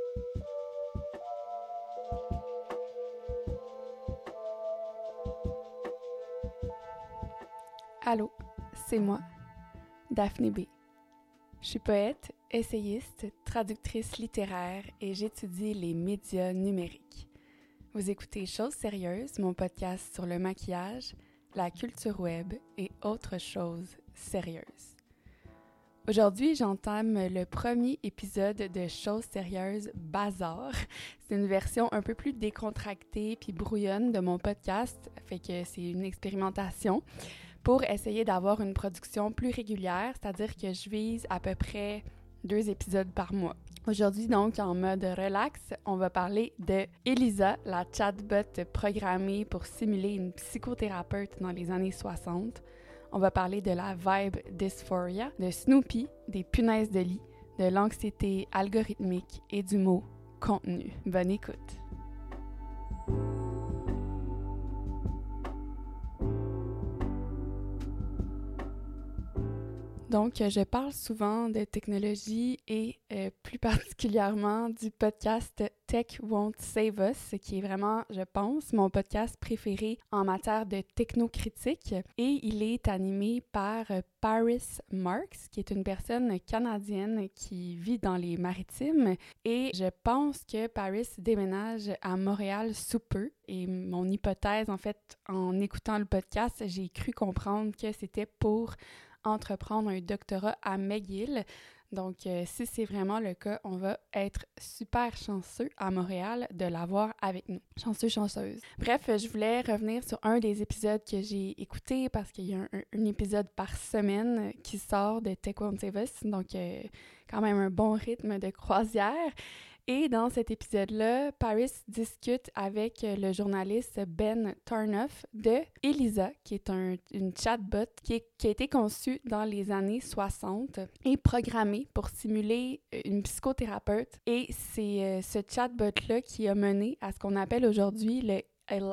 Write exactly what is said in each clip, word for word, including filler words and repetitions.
Allô, c'est moi, Daphné B. Je suis poète, essayiste, traductrice littéraire et j'étudie les médias numériques. Vous écoutez Choses sérieuses, mon podcast sur le maquillage, la culture web et autres choses sérieuses. Aujourd'hui, j'entame le premier épisode de Choses sérieuses Bazar. C'est une version un peu plus décontractée puis brouillonne de mon podcast, fait que c'est une expérimentation pour essayer d'avoir une production plus régulière, c'est-à-dire que je vise à peu près deux épisodes par mois. Aujourd'hui, donc, en mode relax, on va parler de Elisa, la chatbot programmée pour simuler une psychothérapeute dans les années soixante. On va parler de la vibe dysphoria, de Snoopy, des punaises de lit, de l'anxiété algorithmique et du mot contenu. Bonne écoute! Donc, je parle souvent de technologie et euh, plus particulièrement du podcast Tech Won't Save Us, qui est vraiment, je pense, mon podcast préféré en matière de technocritique. Et il est animé par Paris Marks, qui est une personne canadienne qui vit dans les Maritimes. Et je pense que Paris déménage à Montréal sous peu. Et mon hypothèse, en fait, en écoutant le podcast, j'ai cru comprendre que c'était pour entreprendre un doctorat à McGill. Donc, euh, si c'est vraiment le cas, on va être super chanceux à Montréal de l'avoir avec nous. Chanceux, chanceuse. Bref, je voulais revenir sur un des épisodes que j'ai écouté parce qu'il y a un, un, un épisode par semaine qui sort de Tech Won't Save Us. Donc, euh, quand même un bon rythme de croisière. Et dans cet épisode-là, Paris discute avec le journaliste Ben Tarnoff de Elisa, qui est un, une chatbot qui, est, qui a été conçue dans les années soixante et programmée pour simuler une psychothérapeute. Et c'est euh, ce chatbot-là qui a mené à ce qu'on appelle aujourd'hui le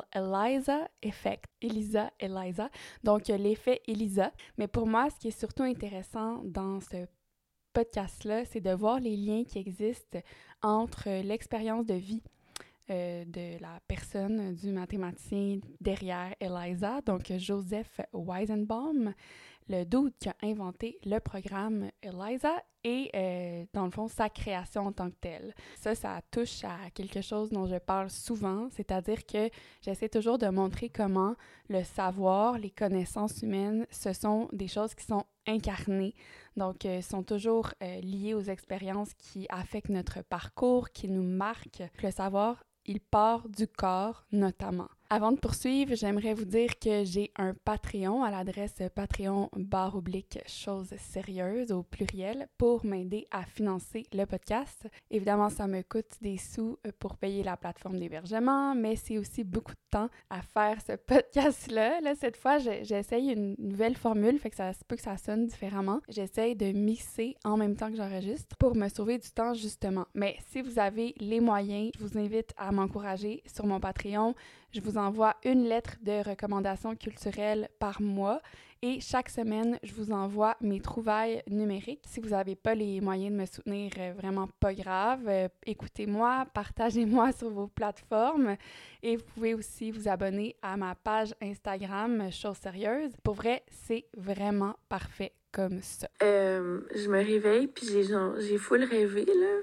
Eliza Effect. Elisa, Eliza. Donc, l'effet Elisa. Mais pour moi, ce qui est surtout intéressant dans ce podcast-là, c'est de voir les liens qui existent entre l'expérience de vie euh, de la personne, du mathématicien derrière Eliza, donc Joseph Weizenbaum, le dude qui a inventé le programme Eliza et, euh, dans le fond, sa création en tant que telle. Ça, ça touche à quelque chose dont je parle souvent, c'est-à-dire que j'essaie toujours de montrer comment le savoir, les connaissances humaines, ce sont des choses qui sont incarnées, donc euh, sont toujours euh, liées aux expériences qui affectent notre parcours, qui nous marquent. Le savoir, il part du corps, notamment. Avant de poursuivre, j'aimerais vous dire que j'ai un Patreon à l'adresse Patreon barre oblique choses sérieuses au pluriel pour m'aider à financer le podcast. Évidemment, ça me coûte des sous pour payer la plateforme d'hébergement, mais c'est aussi beaucoup de temps à faire ce podcast-là. Là, cette fois, j'essaye une nouvelle formule, fait que ça se peut que ça sonne différemment. J'essaye de mixer en même temps que j'enregistre pour me sauver du temps, justement. Mais si vous avez les moyens, je vous invite à m'encourager sur mon Patreon. Je vous envoie une lettre de recommandation culturelle par mois et chaque semaine, je vous envoie mes trouvailles numériques. Si vous n'avez pas les moyens de me soutenir, euh, vraiment pas grave, euh, écoutez-moi, partagez-moi sur vos plateformes et vous pouvez aussi vous abonner à ma page Instagram Choses sérieuses. Pour vrai, c'est vraiment parfait comme ça. Euh, je me réveille puis j'ai genre, j'ai full rêvé, là.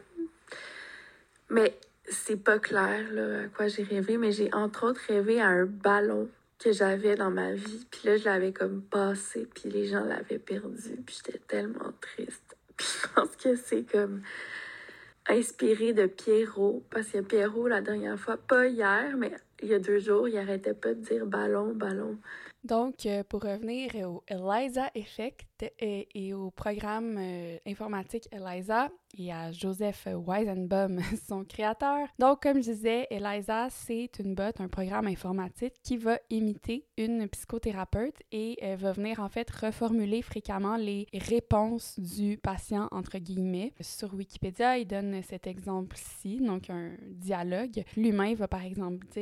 Mais c'est pas clair là, à quoi j'ai rêvé, mais j'ai entre autres rêvé à un ballon que j'avais dans ma vie. Puis là, je l'avais comme passé, puis les gens l'avaient perdu. Puis j'étais tellement triste. Puis je pense que c'est comme inspiré de Pierrot. Parce qu'il y a Pierrot la dernière fois, pas hier, mais il y a deux jours, il arrêtait pas de dire ballon, ballon. Donc, euh, pour revenir au Eliza Effect et, et au programme euh, informatique Eliza et à Joseph Weizenbaum, son créateur. Donc, comme je disais, Eliza, c'est une bot, un programme informatique qui va imiter une psychothérapeute et euh, va venir en fait reformuler fréquemment les réponses du patient, entre guillemets. Sur Wikipédia, il donne cet exemple-ci, donc un dialogue. L'humain va par exemple dire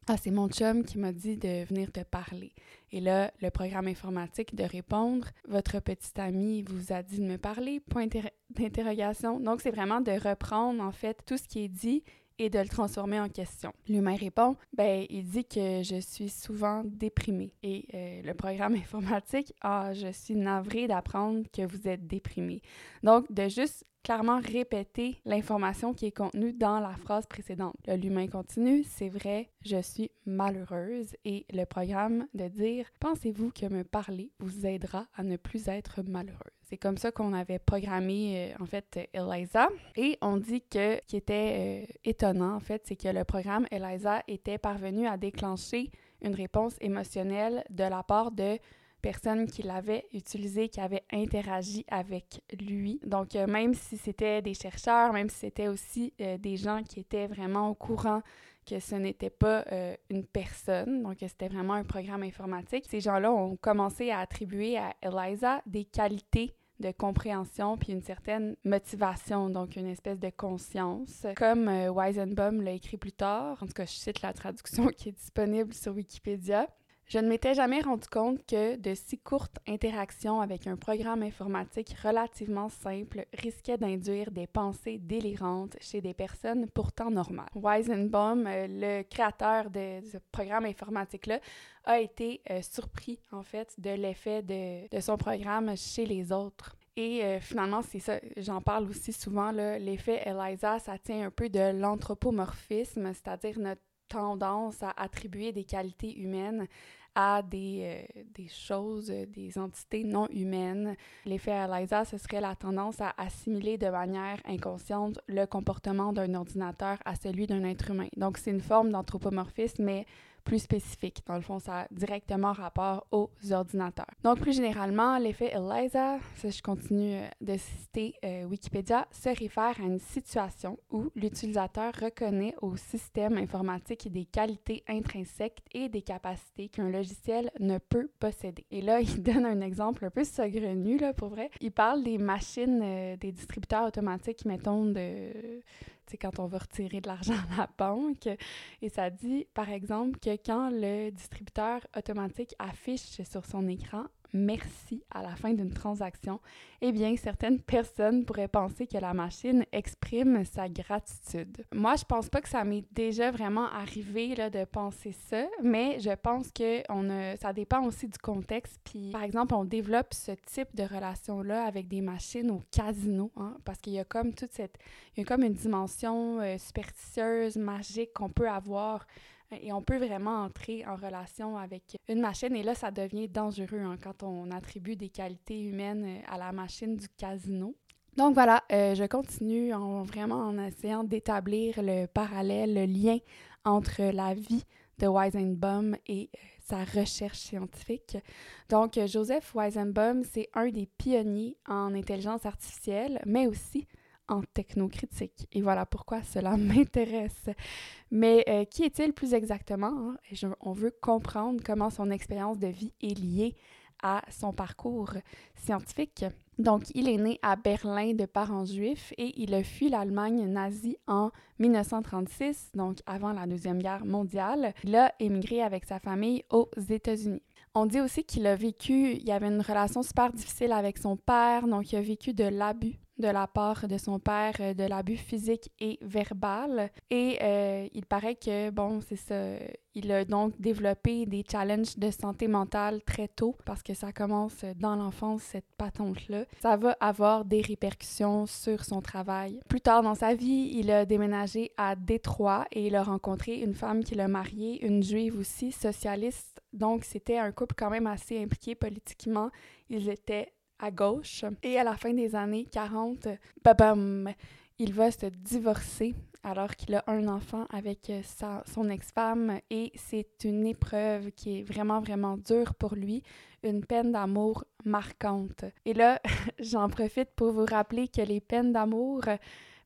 Ah, c'est mon chum qui m'a dit de venir te parler. Et là, le programme informatique de répondre, votre petit ami vous a dit de me parler, point d'interrogation. Donc, c'est vraiment de reprendre, en fait, tout ce qui est dit et de le transformer en question. L'humain répond, ben, il dit que je suis souvent déprimée. Et euh, le programme informatique, ah, je suis navrée d'apprendre que vous êtes déprimée. Donc, de juste clairement répéter l'information qui est contenue dans la phrase précédente. Là, l'humain continue, c'est vrai, je suis malheureuse. Et le programme de dire, pensez-vous que me parler vous aidera à ne plus être malheureuse. C'est comme ça qu'on avait programmé, euh, en fait, Eliza. Et on dit que ce qui était euh, étonnant, en fait, c'est que le programme Eliza était parvenu à déclencher une réponse émotionnelle de la part de personnes qui l'avaient utilisé, qui avaient interagi avec lui. Donc, euh, même si c'était des chercheurs, même si c'était aussi euh, des gens qui étaient vraiment au courant que ce n'était pas euh, une personne, donc c'était vraiment un programme informatique, ces gens-là ont commencé à attribuer à Eliza des qualités de compréhension puis une certaine motivation, donc une espèce de conscience. Comme euh, Weizenbaum l'a écrit plus tard, en tout cas, je cite la traduction qui est disponible sur Wikipédia. Je ne m'étais jamais rendu compte que de si courtes interactions avec un programme informatique relativement simple risquaient d'induire des pensées délirantes chez des personnes pourtant normales. Weizenbaum, euh, le créateur de ce programme informatique-là, a été euh, surpris, en fait, de l'effet de, de son programme chez les autres. Et euh, finalement, c'est ça, j'en parle aussi souvent, là, l'effet Eliza, ça tient un peu de l'anthropomorphisme, c'est-à-dire notre tendance à attribuer des qualités humaines à des, euh, des choses, des entités non humaines. L'effet Eliza, ce serait la tendance à assimiler de manière inconsciente le comportement d'un ordinateur à celui d'un être humain. Donc, c'est une forme d'anthropomorphisme, mais plus spécifique. Dans le fond, ça a directement rapport aux ordinateurs. Donc, plus généralement, l'effet Eliza, ça je continue de citer euh, Wikipédia, se réfère à une situation où l'utilisateur reconnaît au système informatique des qualités intrinsèques et des capacités qu'un logiciel ne peut posséder. Et là, il donne un exemple un peu saugrenu, là, pour vrai. Il parle des machines, euh, des distributeurs automatiques, mettons, de... c'est quand on va retirer de l'argent à la banque. Et ça dit, par exemple, que quand le distributeur automatique affiche sur son écran « Merci » à la fin d'une transaction, eh bien, certaines personnes pourraient penser que la machine exprime sa gratitude. Moi, je pense pas que ça m'est déjà vraiment arrivé là, de penser ça, mais je pense que on a, ça dépend aussi du contexte. Puis, par exemple, on développe ce type de relation-là avec des machines au casino, hein, parce qu'il y a comme toute cette... il y a comme une dimension euh, superstitieuse, magique qu'on peut avoir et on peut vraiment entrer en relation avec une machine. Et là, ça devient dangereux hein, quand on attribue des qualités humaines à la machine du casino. Donc voilà, euh, je continue en, vraiment en essayant d'établir le parallèle, le lien entre la vie de Weizenbaum et euh, sa recherche scientifique. Donc, Joseph Weizenbaum, c'est un des pionniers en intelligence artificielle, mais aussi en technocritique. Et voilà pourquoi cela m'intéresse. Mais euh, qui est-il plus exactement? Hein? Je, on veut comprendre comment son expérience de vie est liée à son parcours scientifique. Donc, il est né à Berlin de parents juifs et il a fui l'Allemagne nazie en dix-neuf cent trente-six, donc avant la Deuxième Guerre mondiale. Il a émigré avec sa famille aux États-Unis. On dit aussi qu'il a vécu, il y avait une relation super difficile avec son père, donc il a vécu de l'abus de la part de son père, de l'abus physique et verbal. Et euh, il paraît que, bon, c'est ça, il a donc développé des challenges de santé mentale très tôt, parce que ça commence dans l'enfance, cette patente-là. Ça va avoir des répercussions sur son travail. Plus tard dans sa vie, il a déménagé à Détroit et il a rencontré une femme qui l'a marié, une juive aussi, socialiste. Donc, c'était un couple quand même assez impliqué politiquement. Ils étaient à gauche. Et à la fin des années quarante, babam, il va se divorcer alors qu'il a un enfant avec sa, son ex-femme et c'est une épreuve qui est vraiment, vraiment dure pour lui, une peine d'amour marquante. Et là, j'en profite pour vous rappeler que les peines d'amour,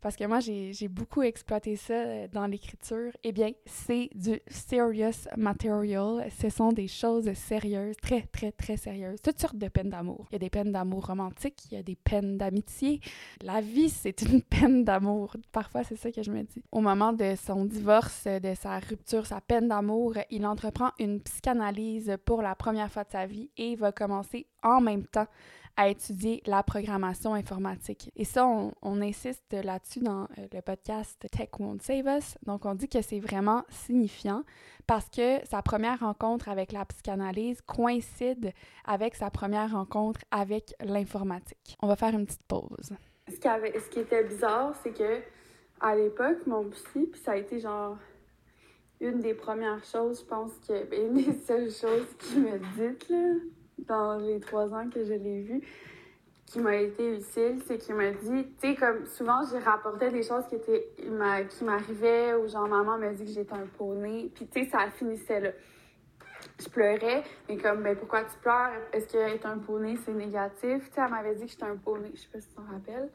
parce que moi, j'ai, j'ai beaucoup exploité ça dans l'écriture. Eh bien, c'est du serious material. Ce sont des choses sérieuses, très, très, très sérieuses. Toutes sortes de peines d'amour. Il y a des peines d'amour romantiques, il y a des peines d'amitié. La vie, c'est une peine d'amour. Parfois, c'est ça que je me dis. Au moment de son divorce, de sa rupture, sa peine d'amour, il entreprend une psychanalyse pour la première fois de sa vie et va commencer en même temps à étudier la programmation informatique. Et ça, on, on insiste là-dessus dans euh, le podcast Tech Won't Save Us. Donc, on dit que c'est vraiment signifiant parce que sa première rencontre avec la psychanalyse coïncide avec sa première rencontre avec l'informatique. On va faire une petite pause. Ce qui, avait, ce qui était bizarre, c'est que à l'époque, mon psy, puis ça a été genre une des premières choses, je pense que, ben, une des seules choses qu'il m'a dites, là, dans les trois ans que je l'ai vu, qui m'a été utile, c'est qu'il m'a dit, tu sais, comme souvent, j'ai rapporté des choses qui étaient qui m'arrivaient, ou genre, maman m'a dit que j'étais un poney, puis tu sais, ça finissait là. Je pleurais, mais comme, ben pourquoi tu pleures? Est-ce que être un poney, c'est négatif? Tu sais, elle m'avait dit que j'étais un poney, je sais pas si tu t'en rappelles.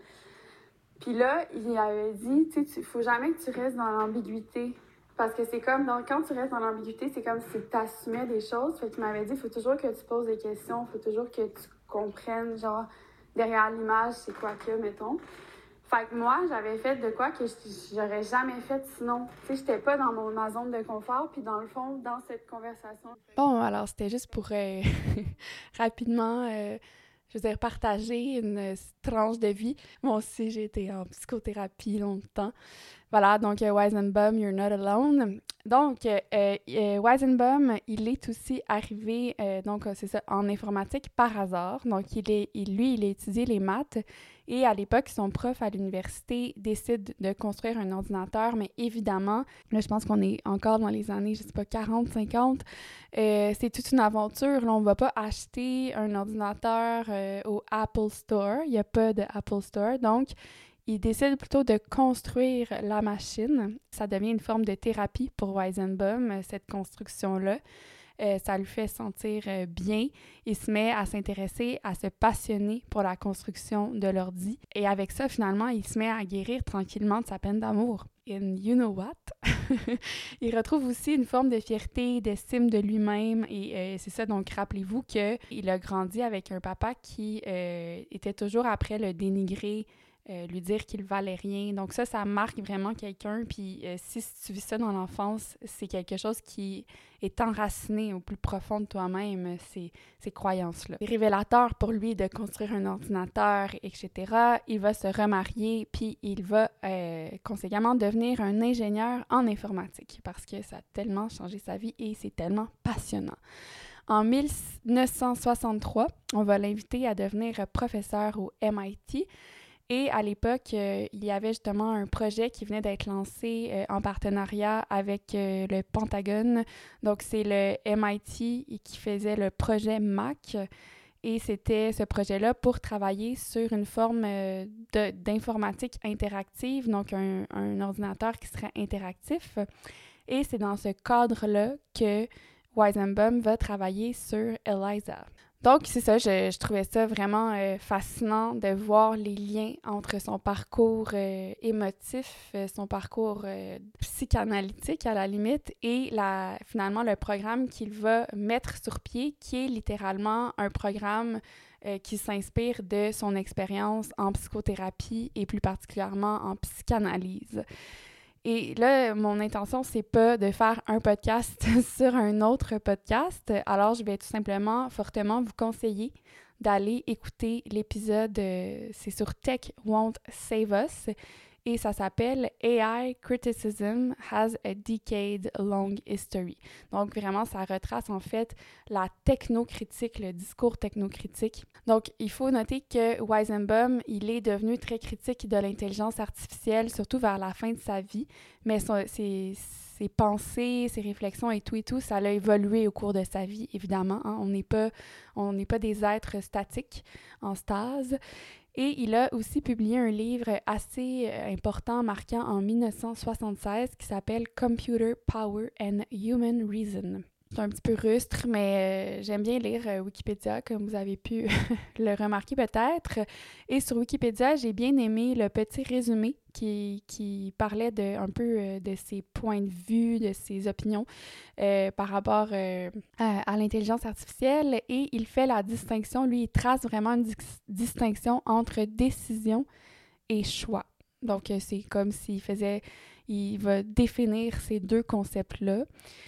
Puis là, il avait dit, tu sais, il faut jamais que tu restes dans l'ambiguïté. Parce que c'est comme, donc, quand tu restes dans l'ambiguïté, c'est comme si tu assumais des choses. Fait qu'il m'avait dit, il faut toujours que tu poses des questions, il faut toujours que tu comprennes, genre, derrière l'image, c'est quoi qu'il y a, mettons. Fait que moi, j'avais fait de quoi que j'aurais jamais fait sinon. Tu sais, j'étais pas dans mon, ma zone de confort, puis dans le fond, dans cette conversation... Bon, alors, c'était juste pour euh, rapidement... Euh... je veux dire, partager une tranche de vie. Moi aussi, j'ai été en psychothérapie longtemps. Voilà, donc euh, Weizenbaum, You're Not Alone. Donc, euh, euh, Weizenbaum, il est aussi arrivé, euh, donc c'est ça, en informatique par hasard. Donc, il est, il, lui, il a étudié les maths et à l'époque, son prof à l'université décide de construire un ordinateur, mais évidemment, là, je pense qu'on est encore dans les années, je sais pas, quarante, cinquante. Euh, c'est toute une aventure. Là, on ne va pas acheter un ordinateur euh, au Apple Store. Il n'y a pas de Apple Store. Donc, il décide plutôt de construire la machine. Ça devient une forme de thérapie pour Weizenbaum, cette construction-là. Euh, ça lui fait sentir euh, bien. Il se met à s'intéresser, à se passionner pour la construction de l'ordi. Et avec ça, finalement, il se met à guérir tranquillement de sa peine d'amour. And you know what? Il retrouve aussi une forme de fierté, d'estime de lui-même. Et euh, c'est ça, donc rappelez-vous qu'il a grandi avec un papa qui euh, était toujours après le dénigrer, Euh, lui dire qu'il valait rien. Donc ça, ça marque vraiment quelqu'un. Puis euh, si tu vis ça dans l'enfance, c'est quelque chose qui est enraciné au plus profond de toi-même, ces, ces croyances-là. C'est révélateur pour lui de construire un ordinateur, et cetera. Il va se remarier, puis il va euh, conséquemment devenir un ingénieur en informatique parce que ça a tellement changé sa vie et c'est tellement passionnant. En mille neuf cent soixante-trois, on va l'inviter à devenir professeur au M I T. Et à l'époque, euh, il y avait justement un projet qui venait d'être lancé euh, en partenariat avec euh, le Pentagone. Donc, c'est le M I T qui faisait le projet M A C. Et c'était ce projet-là pour travailler sur une forme euh, de, d'informatique interactive, donc un, un ordinateur qui serait interactif. Et c'est dans ce cadre-là que Weizenbaum va travailler sur ELIZA. Donc, c'est ça, je, je trouvais ça vraiment euh, fascinant de voir les liens entre son parcours euh, émotif, euh, son parcours euh, psychanalytique à la limite, et la, finalement le programme qu'il va mettre sur pied, qui est littéralement un programme euh, qui s'inspire de son expérience en psychothérapie et plus particulièrement en psychanalyse. Et là, mon intention, c'est pas de faire un podcast sur un autre podcast. Alors, je vais tout simplement fortement vous conseiller d'aller écouter l'épisode, euh, c'est sur Tech Won't Save Us, et ça s'appelle A I Criticism Has a Decade-Long History. Donc, vraiment, ça retrace en fait la technocritique, le discours technocritique. Donc, il faut noter que Weizenbaum, il est devenu très critique de l'intelligence artificielle, surtout vers la fin de sa vie, mais son, ses, ses pensées, ses réflexions et tout et tout, ça a évolué au cours de sa vie, évidemment. Hein? On n'est pas, on n'est pas des êtres statiques en stase. Et il a aussi publié un livre assez important, marquant en mille neuf cent soixante-seize, qui s'appelle « Computer Power and Human Reason ». C'est un petit peu rustre, mais euh, j'aime bien lire euh, Wikipédia, comme vous avez pu le remarquer peut-être. Et sur Wikipédia, j'ai bien aimé le petit résumé qui, qui parlait de, un peu euh, de ses points de vue, de ses opinions euh, par rapport euh, à, à l'intelligence artificielle. Et il fait la distinction, lui, il trace vraiment une dis- distinction entre décision et choix. Donc, euh, c'est comme s'il faisait, il va définir ces deux concepts-là.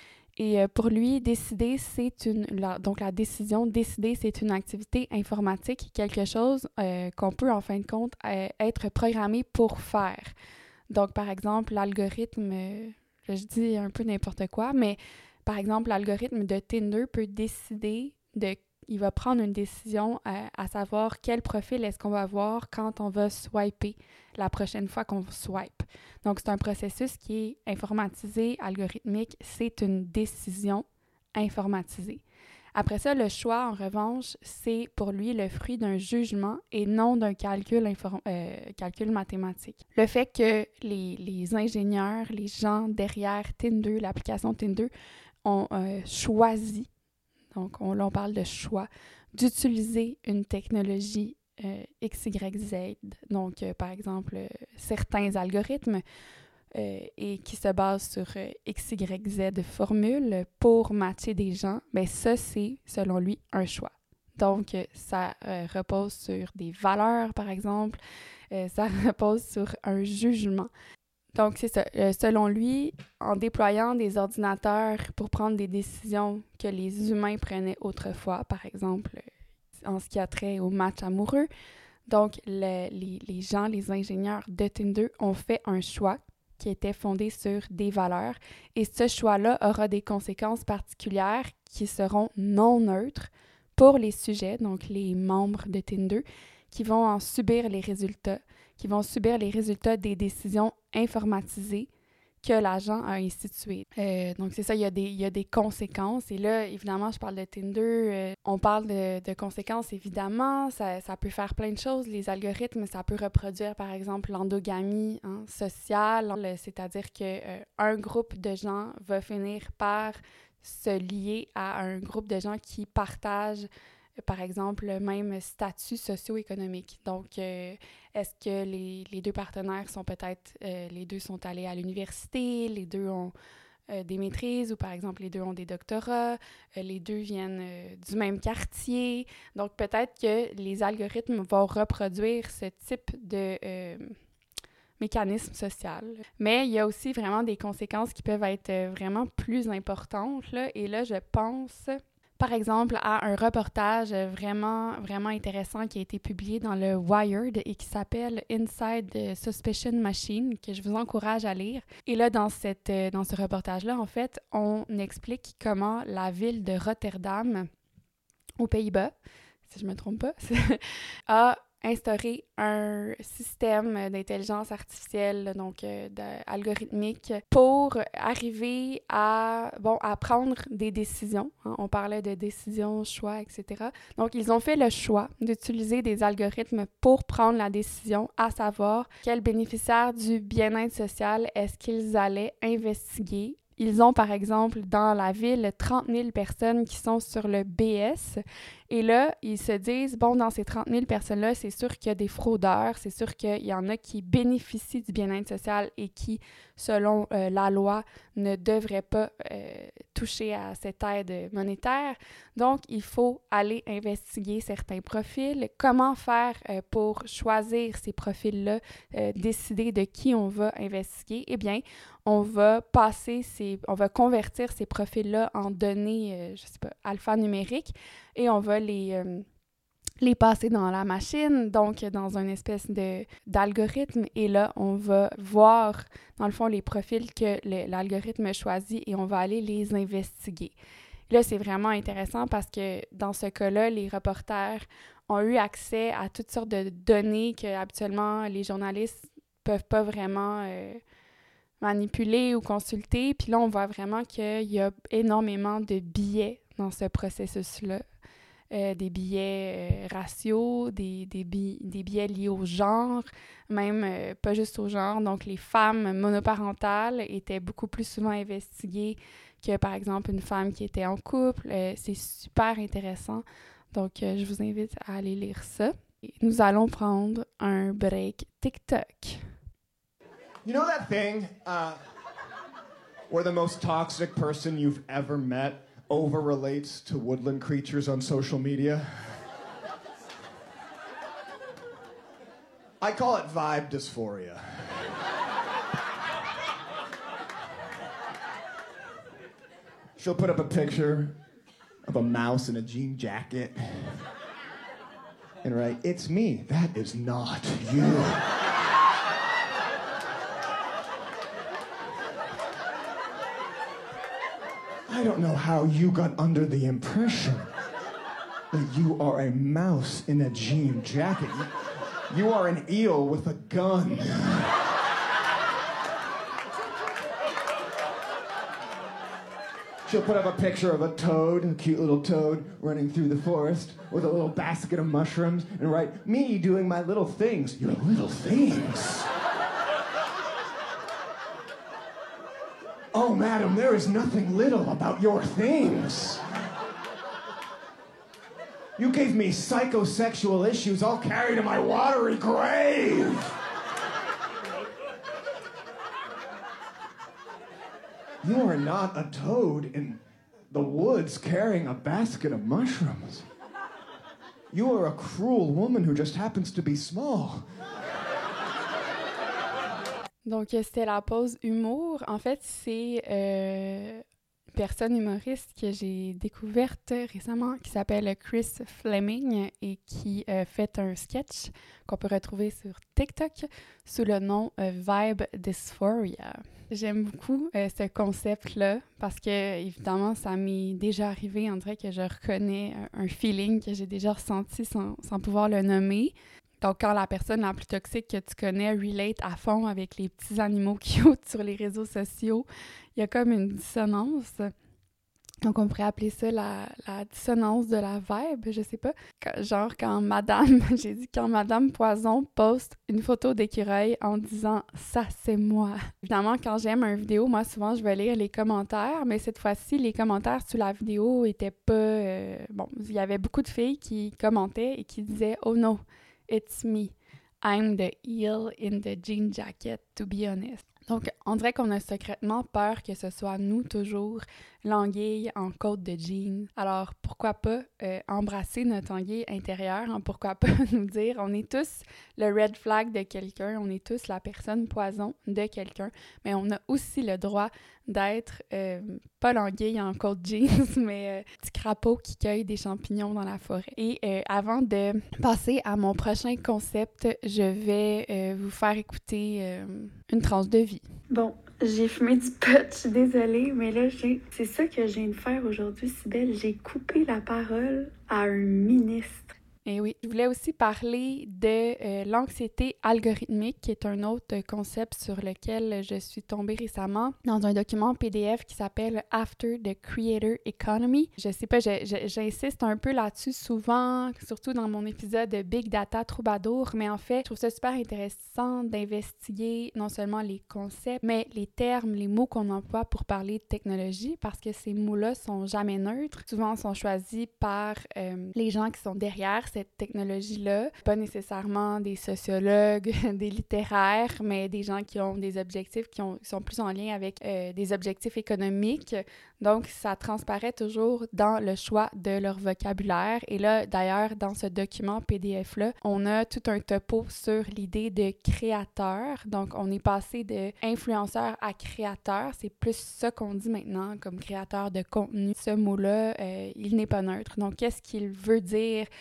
Et euh, pour lui, décider, c'est une... La, donc, la décision, décider, c'est une activité informatique, quelque chose euh, qu'on peut, en fin de compte, euh, être programmé pour faire. Donc, par exemple, l'algorithme, euh, je dis un peu n'importe quoi, mais par exemple, l'algorithme de Tinder peut décider de... Il va prendre une décision à, à savoir quel profil est-ce qu'on va avoir quand on va swiper la prochaine fois qu'on swipe. Donc, c'est un processus qui est informatisé, algorithmique. C'est une décision informatisée. Après ça, le choix, en revanche, c'est pour lui le fruit d'un jugement et non d'un calcul, inform- euh, calcul mathématique. Le fait que les, les ingénieurs, les gens derrière Tinder, l'application Tinder, ont euh, choisi, donc on, là on parle de choix, d'utiliser une technologie euh, X Y Z, donc euh, par exemple euh, certains algorithmes euh, et qui se basent sur euh, X Y Z formules pour matcher des gens, bien ça c'est selon lui un choix. Donc euh, ça euh, repose sur des valeurs par exemple, euh, ça repose sur un jugement. Donc, c'est ça. Euh, selon lui, en déployant des ordinateurs pour prendre des décisions que les humains prenaient autrefois, par exemple, euh, en ce qui a trait au match amoureux, donc le- les, les gens, les ingénieurs de Tinder ont fait un choix qui était fondé sur des valeurs et ce choix-là aura des conséquences particulières qui seront non neutres pour les sujets, donc les membres de Tinder, qui vont en subir les résultats, qui vont subir les résultats des décisions informatisées que l'agent a instituées. Euh, donc, c'est ça, il y, a des, il y a des conséquences. Et là, évidemment, je parle de Tinder. Euh, on parle de, de conséquences, évidemment. Ça, ça peut faire plein de choses. Les algorithmes, ça peut reproduire, par exemple, l'endogamie hein, sociale. C'est-à-dire qu'un euh, groupe de gens va finir par se lier à un groupe de gens qui partagent par exemple, le même statut socio-économique. Donc, euh, est-ce que les, les deux partenaires sont peut-être, euh, les deux sont allés à l'université, les deux ont euh, des maîtrises ou par exemple, les deux ont des doctorats, euh, les deux viennent euh, du même quartier. Donc, peut-être que les algorithmes vont reproduire ce type de euh, mécanisme social. Mais il y a aussi vraiment des conséquences qui peuvent être euh, vraiment plus importantes, là. Et là, je pense... Par exemple, à un reportage vraiment, vraiment intéressant qui a été publié dans le Wired et qui s'appelle Inside the Suspicion Machine, que je vous encourage à lire. Et là, dans, cette, dans ce reportage-là, en fait, on explique comment la ville de Rotterdam, aux Pays-Bas, si je ne me trompe pas, a instauré un système d'intelligence artificielle, donc euh, algorithmique, pour arriver à, bon, à prendre des décisions. Hein. On parlait de décisions, choix, et cetera. Donc, ils ont fait le choix d'utiliser des algorithmes pour prendre la décision, à savoir quels bénéficiaires du bien-être social est-ce qu'ils allaient investiguer. Ils ont, par exemple, dans la ville, trente mille personnes qui sont sur le B S. Et là, ils se disent, bon, dans ces trente mille personnes-là, c'est sûr qu'il y a des fraudeurs, c'est sûr qu'il y en a qui bénéficient du bien-être social et qui, selon euh, la loi, ne devraient pas euh, toucher à cette aide monétaire. Donc, il faut aller investiguer certains profils. Comment faire euh, pour choisir ces profils-là, euh, décider de qui on va investiguer? Eh bien, on va passer ces, on va convertir ces profils-là en données, euh, je sais pas, alphanumériques et on va les, euh, les passer dans la machine, donc dans une espèce de, d'algorithme. Et là, on va voir, dans le fond, les profils que le, l'algorithme choisit et on va aller les investiguer. Là, c'est vraiment intéressant parce que dans ce cas-là, les reporters ont eu accès à toutes sortes de données que habituellement les journalistes peuvent pas vraiment... Euh, manipuler ou consulter. Puis là, on voit vraiment qu'il y a énormément de biais dans ce processus-là. euh, des biais euh, raciaux, des, des, bi- des biais liés au genre, même euh, pas juste au genre. Donc, les femmes monoparentales étaient beaucoup plus souvent investiguées que, par exemple, une femme qui était en couple. Euh, c'est super intéressant. Donc, euh, je vous invite à aller lire ça. Et nous allons prendre un break TikTok. You know that thing uh, where the most toxic person you've ever met over-relates to woodland creatures on social media? I call it vibe dysphoria. She'll put up a picture of a mouse in a jean jacket and write, "It's me." That is not you. I don't know how you got under the impression that you are a mouse in a jean jacket. You are an eel with a gun. She'll put up a picture of a toad, a cute little toad, running through the forest with a little basket of mushrooms and write, "Me doing my little things." Your little things? Oh, madam, there is nothing little about your things. You gave me psychosexual issues I'll carry to my watery grave. You are not a toad in the woods carrying a basket of mushrooms. You are a cruel woman who just happens to be small. Donc, c'était la pause humour. En fait, c'est euh, une personne humoriste que j'ai découverte récemment qui s'appelle Chris Fleming et qui a fait un sketch qu'on peut retrouver sur TikTok sous le nom euh, Vibe Dysphoria. J'aime beaucoup euh, ce concept-là parce que, évidemment, ça m'est déjà arrivé. On dirait que je reconnais un, un feeling que j'ai déjà ressenti sans, sans pouvoir le nommer. Donc, quand la personne la plus toxique que tu connais relate à fond avec les petits animaux cute sur les réseaux sociaux, il y a comme une dissonance. Donc, on pourrait appeler ça la, la dissonance de la vibe, je sais pas. Quand, genre, quand Madame, j'ai dit, quand Madame Poison poste une photo d'écureuil en disant « ça, c'est moi ». Évidemment, quand j'aime une vidéo, moi, souvent, je vais lire les commentaires, mais cette fois-ci, les commentaires sous la vidéo étaient pas... Euh, bon, il y avait beaucoup de filles qui commentaient et qui disaient « oh no, it's me. I'm the eel in the jean jacket, to be honest ». Donc, on dirait qu'on a secrètement peur que ce soit nous toujours, l'anguille en côte de jean. Alors, pourquoi pas euh, embrasser notre anguille intérieure, hein? Pourquoi pas nous dire, on est tous le red flag de quelqu'un, on est tous la personne poison de quelqu'un, mais on a aussi le droit d'être, euh, pas l'anguille en côte jeans, mais euh, petit crapaud qui cueille des champignons dans la forêt. Et euh, avant de passer à mon prochain concept, je vais euh, vous faire écouter euh, une tranche de vie. Bon, j'ai fumé du pot, je suis désolée, mais là, j'ai... c'est ça que je viens de faire aujourd'hui, Cybèle. J'ai coupé la parole à un ministre. Et oui, je voulais aussi parler de euh, l'anxiété algorithmique, qui est un autre concept sur lequel je suis tombée récemment dans un document P D F qui s'appelle After the Creator Economy. Je sais pas, je, je, j'insiste un peu là-dessus souvent, surtout dans mon épisode de Big Data Troubadour, mais en fait, je trouve ça super intéressant d'investiguer non seulement les concepts, mais les termes, les mots qu'on emploie pour parler de technologie, parce que ces mots-là sont jamais neutres. Souvent, sont choisis par euh, les gens qui sont derrière cette technologie-là, pas nécessairement des sociologues, des littéraires, mais des gens qui ont des objectifs qui, ont, qui sont plus en lien avec euh, des objectifs économiques. Donc, ça transparaît toujours dans le choix de leur vocabulaire. Et là, d'ailleurs, dans ce document P D F-là, on a tout un topo sur l'idée de créateur. Donc, on est passé de influenceur à créateur. C'est plus ça qu'on dit maintenant comme créateur de contenu. Ce mot-là, euh, il n'est pas neutre. Donc, qu'est-ce qu'il veut dire? C'est quoi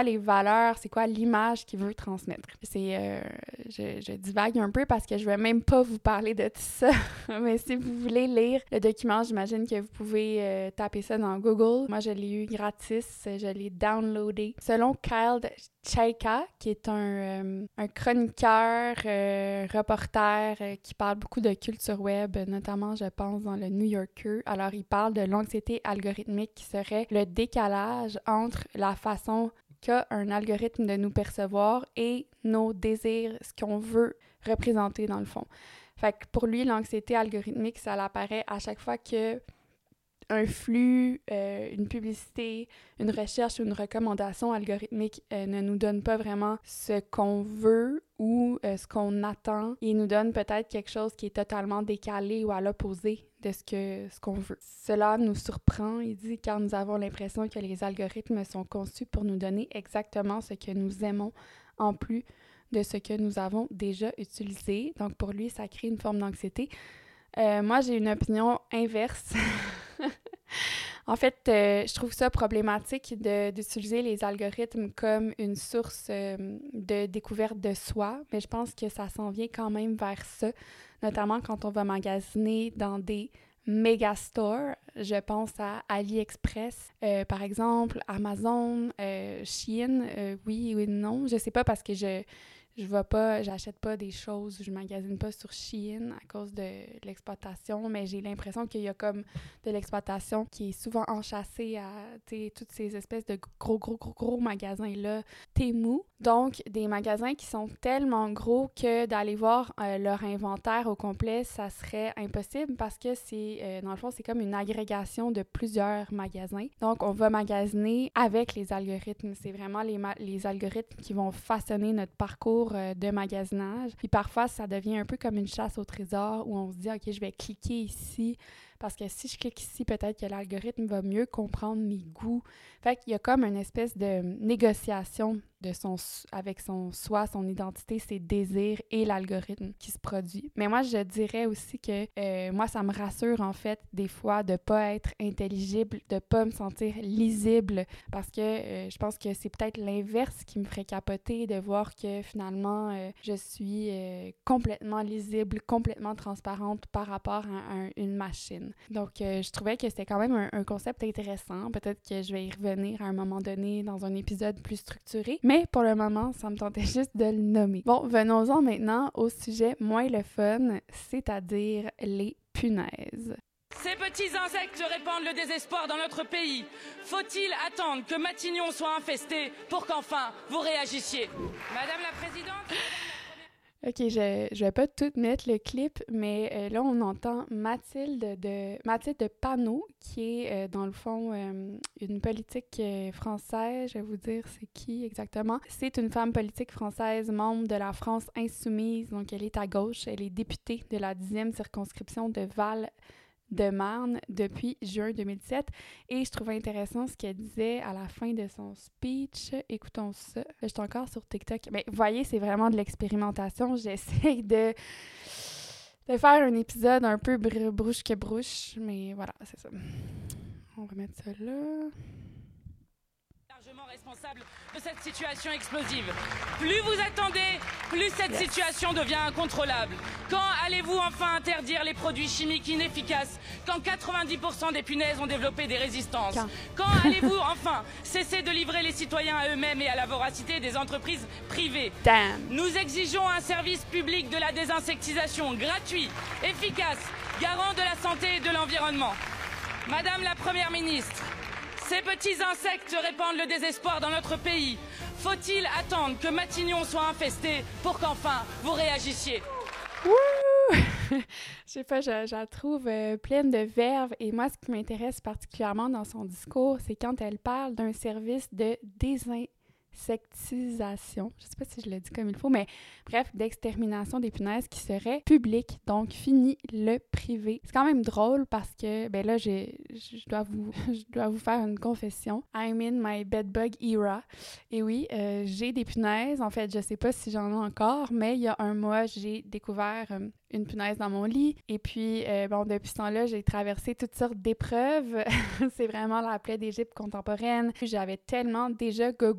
quoi les valeurs, c'est quoi l'image qu'il veut transmettre. C'est, euh, je, je divague un peu parce que je vais même pas vous parler de tout ça, mais si vous voulez lire le document, j'imagine que vous pouvez euh, taper ça dans Google. Moi, je l'ai eu gratis, je l'ai downloadé. Selon Kyle Chayka, qui est un, euh, un chroniqueur, euh, reporter euh, qui parle beaucoup de culture web, notamment, je pense, dans le New Yorker. Alors, il parle de l'anxiété algorithmique qui serait le décalage entre la façon qu'a un algorithme de nous percevoir et nos désirs, ce qu'on veut représenter dans le fond. Fait que pour lui, l'anxiété algorithmique, ça l'apparaît à chaque fois que un flux, euh, une publicité, une recherche ou une recommandation algorithmique euh, ne nous donne pas vraiment ce qu'on veut ou euh, ce qu'on attend. Il nous donne peut-être quelque chose qui est totalement décalé ou à l'opposé de ce que ce qu'on veut. Cela nous surprend, il dit, car nous avons l'impression que les algorithmes sont conçus pour nous donner exactement ce que nous aimons en plus de ce que nous avons déjà utilisé. Donc pour lui, ça crée une forme d'anxiété. Euh, moi, j'ai une opinion inverse. En fait, euh, je trouve ça problématique de, d'utiliser les algorithmes comme une source euh, de découverte de soi, mais je pense que ça s'en vient quand même vers ça, notamment quand on va magasiner dans des méga stores. Je pense à AliExpress, euh, par exemple, Amazon, euh, Shein, euh, oui ou non, je sais pas parce que je Je vais pas, j'achète pas des choses, je magasine pas sur Shein à cause de l'exploitation, mais j'ai l'impression qu'il y a comme de l'exploitation qui est souvent enchâssée à, tu sais, toutes ces espèces de gros, gros, gros, gros magasins-là, Temu. Donc, des magasins qui sont tellement gros que d'aller voir euh, leur inventaire au complet, ça serait impossible parce que c'est, euh, dans le fond, c'est comme une agrégation de plusieurs magasins. Donc, on va magasiner avec les algorithmes. C'est vraiment les, ma- les algorithmes qui vont façonner notre parcours de magasinage. Puis parfois, ça devient un peu comme une chasse au trésor où on se dit, OK, je vais cliquer ici parce que si je clique ici, peut-être que l'algorithme va mieux comprendre mes goûts. Fait qu'il y a comme une espèce de négociation de son, avec son soi, son identité, ses désirs et l'algorithme qui se produit. Mais moi, je dirais aussi que euh, moi, ça me rassure en fait des fois de pas être intelligible, de pas me sentir lisible parce que euh, je pense que c'est peut-être l'inverse qui me ferait capoter de voir que finalement, euh, je suis euh, complètement lisible, complètement transparente par rapport à, à une machine. Donc, euh, je trouvais que c'était quand même un, un concept intéressant. Peut-être que je vais y revenir à un moment donné dans un épisode plus structuré. Mais pour le moment, ça me tentait juste de le nommer. Bon, venons-en maintenant au sujet moins le fun, c'est-à-dire les punaises. Ces petits insectes répandent le désespoir dans notre pays. Faut-il attendre que Matignon soit infesté pour qu'enfin vous réagissiez? Madame la Présidente... OK, je je vais pas tout mettre le clip, mais euh, là, on entend Mathilde de Mathilde Panot, qui est, euh, dans le fond, euh, une politique euh, française. Je vais vous dire c'est qui exactement. C'est une femme politique française, membre de la France insoumise. Donc, elle est à gauche. Elle est députée de la dixième circonscription de Val de Marne depuis juin deux mille dix-sept. Et je trouvais intéressant ce qu'elle disait à la fin de son speech. Écoutons ça. Là, je suis encore sur TikTok. Mais vous voyez, c'est vraiment de l'expérimentation. J'essaie de, de faire un épisode un peu br- brouche que brouche. Mais voilà, c'est ça. On va mettre ça là. Largement responsable de cette situation explosive. Plus vous attendez, plus cette yes. situation devient incontrôlable. Quand allez-vous enfin interdire les produits chimiques inefficaces quand quatre-vingt-dix pour cent des punaises ont développé des résistances? Quand, quand allez-vous enfin cesser de livrer les citoyens à eux-mêmes et à la voracité des entreprises privées? Damn. Nous exigeons un service public de la désinsectisation gratuit, efficace, garant de la santé et de l'environnement. Madame la Première ministre, ces petits insectes répandent le désespoir dans notre pays. Faut-il attendre que Matignon soit infesté pour qu'enfin vous réagissiez? Wouh! Je sais pas, je, je la trouve euh, pleine de verve. Et moi, ce qui m'intéresse particulièrement dans son discours, c'est quand elle parle d'un service de désinsectisation. Je sais pas si je le dis comme il faut, mais bref, d'extermination des punaises qui serait public, donc fini le privé. C'est quand même drôle parce que, ben là, j'ai, je dois vous, je dois vous faire une confession. I'm in my bedbug era. Et oui, euh, j'ai des punaises. En fait, je sais pas si j'en ai encore, mais il y a un mois, j'ai découvert euh, une punaise dans mon lit. Et puis, euh, bon, depuis ce temps-là, j'ai traversé toutes sortes d'épreuves. C'est vraiment la plaie d'Égypte contemporaine. J'avais tellement déjà gogoulé la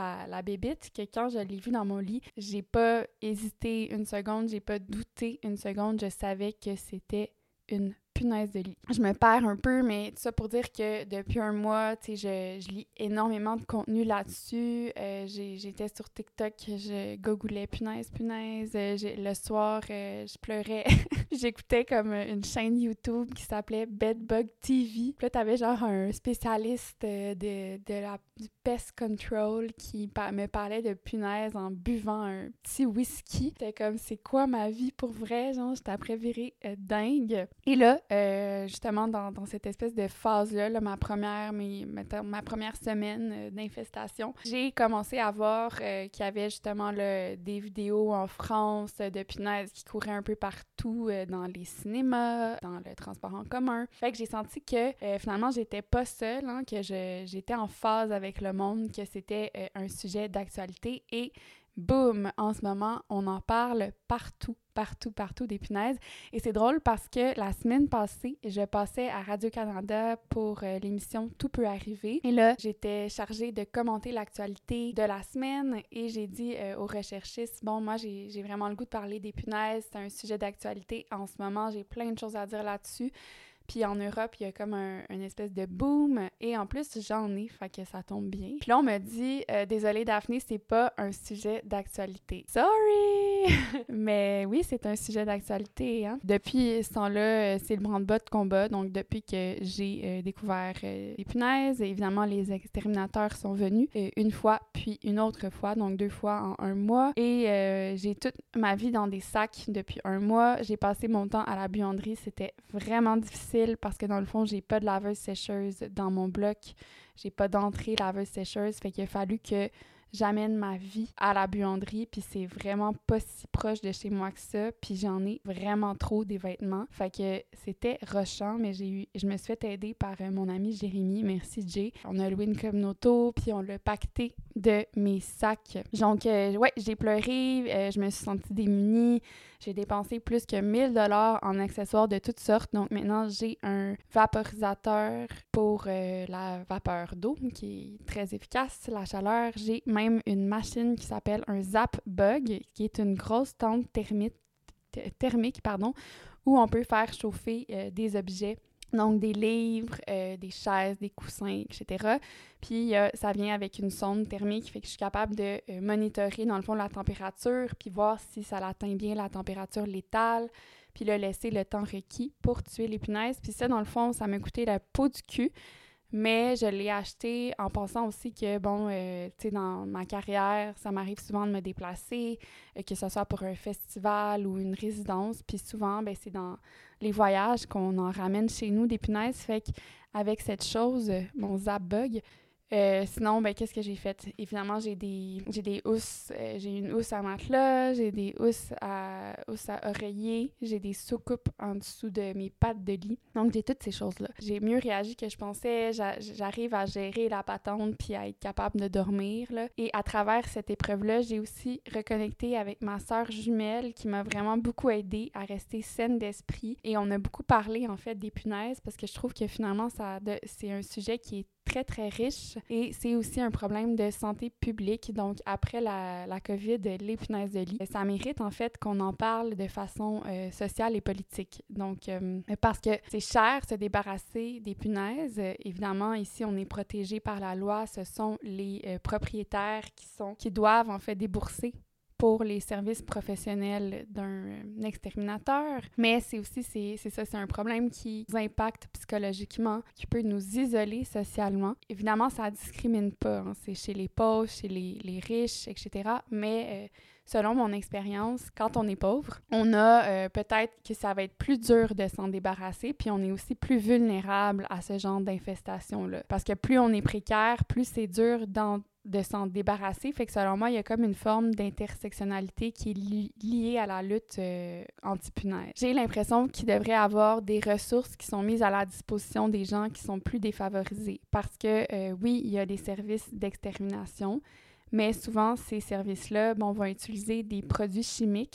la, la bébite que quand je l'ai vue dans mon lit, j'ai pas hésité une seconde, j'ai pas douté une seconde, je savais que c'était une punaise de lit. Je me perds un peu, mais tout ça pour dire que depuis un mois, tu sais, je, je lis énormément de contenu là-dessus. Euh, j'ai, j'étais sur TikTok, je googlais punaise, punaise. Euh, j'ai, le soir, euh, je pleurais. J'écoutais comme une chaîne YouTube qui s'appelait Bedbug T V. Puis là, t'avais genre un spécialiste de, de la, du pest control qui pa- me parlait de punaise en buvant un petit whisky. C'était comme, c'est quoi ma vie pour vrai? Genre, j'étais après virée euh, dingue. Et là, Euh, justement, dans, dans cette espèce de phase-là, là, ma, première, mes, ma, ma première semaine euh, d'infestation, j'ai commencé à voir euh, qu'il y avait justement là, des vidéos en France euh, de punaises qui couraient un peu partout euh, dans les cinémas, dans le transport en commun. Fait que j'ai senti que euh, finalement, j'étais pas seule, hein, que je, j'étais en phase avec le monde, que c'était euh, un sujet d'actualité et boum, en ce moment, on en parle partout, partout, partout des punaises. Et c'est drôle parce que la semaine passée, je passais à Radio-Canada pour euh, l'émission Tout peut arriver. Et là, j'étais chargée de commenter l'actualité de la semaine et j'ai dit euh, aux recherchistes, bon, moi, j'ai, j'ai vraiment le goût de parler des punaises. C'est un sujet d'actualité en ce moment. J'ai plein de choses à dire là-dessus. Puis en Europe, il y a comme un, une espèce de boom. Et en plus, j'en ai, fait que ça tombe bien. Puis là, on me dit, euh, désolée Daphné, c'est pas un sujet d'actualité. Sorry! Mais oui, c'est un sujet d'actualité, hein. Depuis ce temps-là, c'est le branle-bas de combat. Donc, depuis que j'ai euh, découvert euh, les punaises, évidemment, les exterminateurs sont venus euh, une fois, puis une autre fois, donc deux fois en un mois. Et euh, j'ai toute ma vie dans des sacs depuis un mois. J'ai passé mon temps à la buanderie. C'était vraiment difficile parce que dans le fond, j'ai pas de laveuse sécheuse dans mon bloc. J'ai pas d'entrée laveuse sécheuse. Fait qu'il a fallu que j'amène ma vie à la buanderie, puis c'est vraiment pas si proche de chez moi que ça, puis j'en ai vraiment trop des vêtements. Fait que c'était rushant, mais j'ai eu, je me suis fait aider par euh, mon ami Jérémy, merci Jay. On a loué une communauto, puis on l'a pacté de mes sacs. Donc, euh, ouais, j'ai pleuré, euh, je me suis sentie démunie, j'ai dépensé plus que mille dollars en accessoires de toutes sortes. Donc maintenant, j'ai un vaporisateur pour euh, la vapeur d'eau qui est très efficace, la chaleur. J'ai même une machine qui s'appelle un Zap Bug, qui est une grosse tente thermique, t- thermique pardon, où on peut faire chauffer euh, des objets. Donc, des livres, euh, des chaises, des coussins, et cetera. Puis, euh, ça vient avec une sonde thermique, fait que je suis capable de euh, monitorer, dans le fond, la température, puis voir si ça atteint bien la température létale, puis le laisser le temps requis pour tuer les punaises. Puis ça, dans le fond, ça m'a coûté la peau du cul, mais je l'ai acheté en pensant aussi que, bon, euh, tu sais, dans ma carrière, ça m'arrive souvent de me déplacer, euh, que ce soit pour un festival ou une résidence, puis souvent, ben c'est dans les voyages qu'on en ramène chez nous des punaises, fait qu'avec cette chose, mon Zap Bug, euh, sinon, ben qu'est-ce que j'ai fait? Évidemment, j'ai des j'ai des housses, euh, j'ai une housse à matelas, j'ai des housses à, housses à oreiller, j'ai des soucoupes en dessous de mes pattes de lit. Donc, j'ai toutes ces choses-là. J'ai mieux réagi que je pensais, j'a, j'arrive à gérer la patente puis à être capable de dormir, là. Et à travers cette épreuve-là, j'ai aussi reconnecté avec ma sœur jumelle qui m'a vraiment beaucoup aidée à rester saine d'esprit. Et on a beaucoup parlé, en fait, des punaises parce que je trouve que finalement, ça de, c'est un sujet qui est très, très riche et c'est aussi un problème de santé publique. Donc, après la, la COVID, les punaises de lit, ça mérite en fait qu'on en parle de façon euh, sociale et politique. Donc, euh, parce que c'est cher se débarrasser des punaises. Euh, évidemment, ici, on est protégé par la loi. Ce sont les euh, propriétaires qui sont qui doivent en fait débourser pour les services professionnels d'un exterminateur. Mais c'est aussi, c'est, c'est ça, c'est un problème qui nous impacte psychologiquement, qui peut nous isoler socialement. Évidemment, ça ne discrimine pas. Hein. C'est chez les pauvres, chez les, les riches, et cetera. Mais euh, selon mon expérience, quand on est pauvre, on a euh, peut-être que ça va être plus dur de s'en débarrasser, puis on est aussi plus vulnérable à ce genre d'infestation-là. Parce que plus on est précaire, plus c'est dur d'en de s'en débarrasser. Fait que selon moi, il y a comme une forme d'intersectionnalité qui est li- liée à la lutte euh, anti-punaise. J'ai l'impression qu'il devrait y avoir des ressources qui sont mises à la disposition des gens qui sont plus défavorisés. Parce que, euh, oui, il y a des services d'extermination, mais souvent, ces services-là bon, vont utiliser des produits chimiques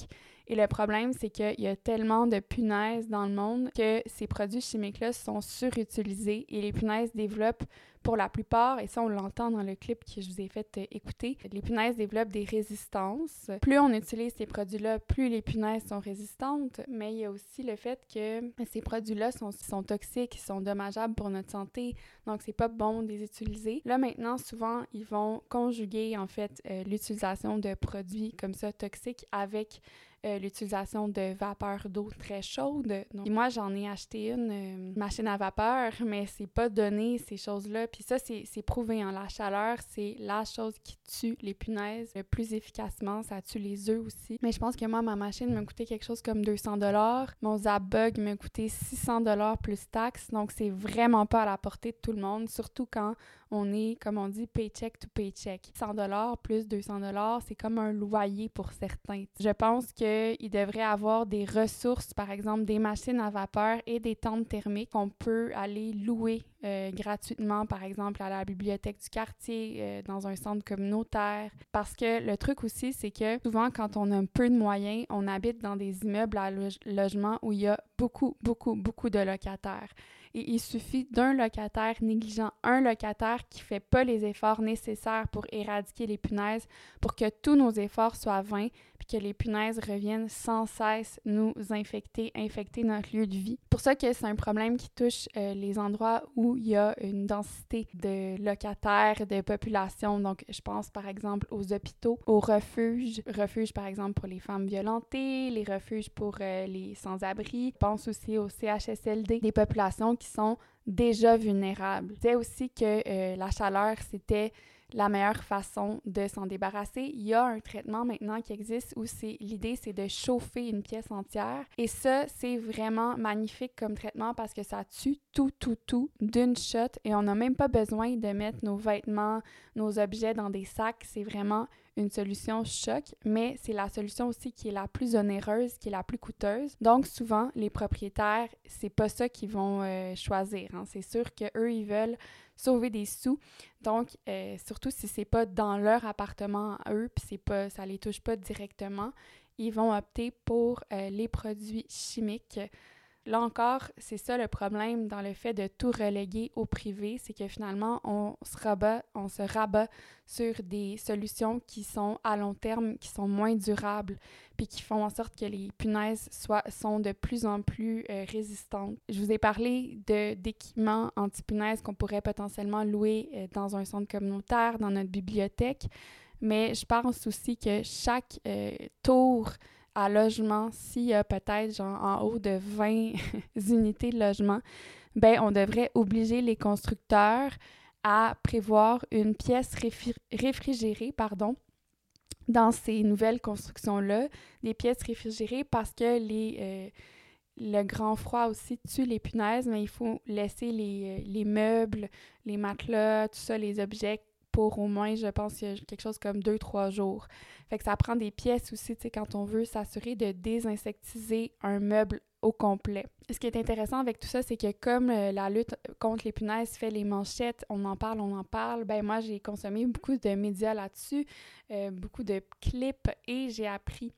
Et le problème, c'est qu'il y a tellement de punaises dans le monde que ces produits chimiques-là sont surutilisés et les punaises développent pour la plupart, et ça on l'entend dans le clip que je vous ai fait euh, écouter, les punaises développent des résistances. Plus on utilise ces produits-là, plus les punaises sont résistantes, mais il y a aussi le fait que ces produits-là sont, sont toxiques, sont dommageables pour notre santé, donc c'est pas bon de les utiliser. Là maintenant, souvent, ils vont conjuguer en fait euh, l'utilisation de produits comme ça toxiques avec Euh, l'utilisation de vapeur d'eau très chaude. Donc, moi, j'en ai acheté une euh, machine à vapeur, mais c'est pas donné, ces choses-là. Puis ça, c'est, c'est prouvé. Hein. La chaleur, c'est la chose qui tue les punaises le plus efficacement. Ça tue les œufs aussi. Mais je pense que moi, ma machine m'a coûté quelque chose comme deux cents dollars. Mon Zap-Bug m'a coûté six cents dollars plus taxes. Donc, c'est vraiment pas à la portée de tout le monde, surtout quand on est, comme on dit, paycheck to paycheck. cent dollars plus deux cents dollars, c'est comme un loyer pour certains. Je pense qu'il devrait avoir des ressources, par exemple des machines à vapeur et des tentes thermiques qu'on peut aller louer euh, gratuitement, par exemple à la bibliothèque du quartier, euh, dans un centre communautaire. Parce que le truc aussi, c'est que souvent, quand on a un peu de moyens, on habite dans des immeubles à lo- logement où il y a beaucoup, beaucoup, beaucoup de locataires. Et il suffit d'un locataire négligent, un locataire qui ne fait pas les efforts nécessaires pour éradiquer les punaises, pour que tous nos efforts soient vains, puis que les punaises reviennent sans cesse nous infecter, infecter notre lieu de vie. C'est pour ça que c'est un problème qui touche euh, les endroits où il y a une densité de locataires, de population. Donc, je pense par exemple aux hôpitaux, aux refuges, refuges par exemple pour les femmes violentées, les refuges pour euh, les sans-abri. Je pense aussi au C H S L D, des populations qui sont déjà vulnérables. Je disais aussi que euh, la chaleur, c'était la meilleure façon de s'en débarrasser. Il y a un traitement maintenant qui existe où c'est, l'idée, c'est de chauffer une pièce entière. Et ça, c'est vraiment magnifique comme traitement parce que ça tue tout, tout, tout d'une shot et on n'a même pas besoin de mettre nos vêtements, nos objets dans des sacs. C'est vraiment une solution choc, mais c'est la solution aussi qui est la plus onéreuse, qui est la plus coûteuse. Donc, souvent, les propriétaires, c'est pas ça qu'ils vont euh, choisir. Hein. C'est sûr qu'eux, ils veulent sauver des sous. Donc, euh, surtout si c'est pas dans leur appartement à eux, puis c'est pas, ça les touche pas directement, ils vont opter pour euh, les produits chimiques. Là encore, c'est ça le problème dans le fait de tout reléguer au privé, c'est que finalement, on se rabat, on se rabat sur des solutions qui sont à long terme, qui sont moins durables, puis qui font en sorte que les punaises soient, sont de plus en plus euh, résistantes. Je vous ai parlé de, d'équipements anti-punaises qu'on pourrait potentiellement louer euh, dans un centre communautaire, dans notre bibliothèque, mais je pense aussi que chaque euh, tour à logement, s'il y a peut-être genre en haut de vingt unités de logement, ben on devrait obliger les constructeurs à prévoir une pièce réfri- réfrigérée, pardon, dans ces nouvelles constructions-là, des pièces réfrigérées parce que les, euh, le grand froid aussi tue les punaises, mais il faut laisser les, les meubles, les matelas, tout ça, les objets pour au moins, je pense, quelque chose comme deux, trois jours. Fait que ça prend des pièces aussi, tu sais, quand on veut s'assurer de désinsectiser un meuble au complet. Ce qui est intéressant avec tout ça, c'est que comme euh, la lutte contre les punaises fait les manchettes, on en parle, on en parle, ben moi, j'ai consommé beaucoup de médias là-dessus, euh, beaucoup de clips, et j'ai appris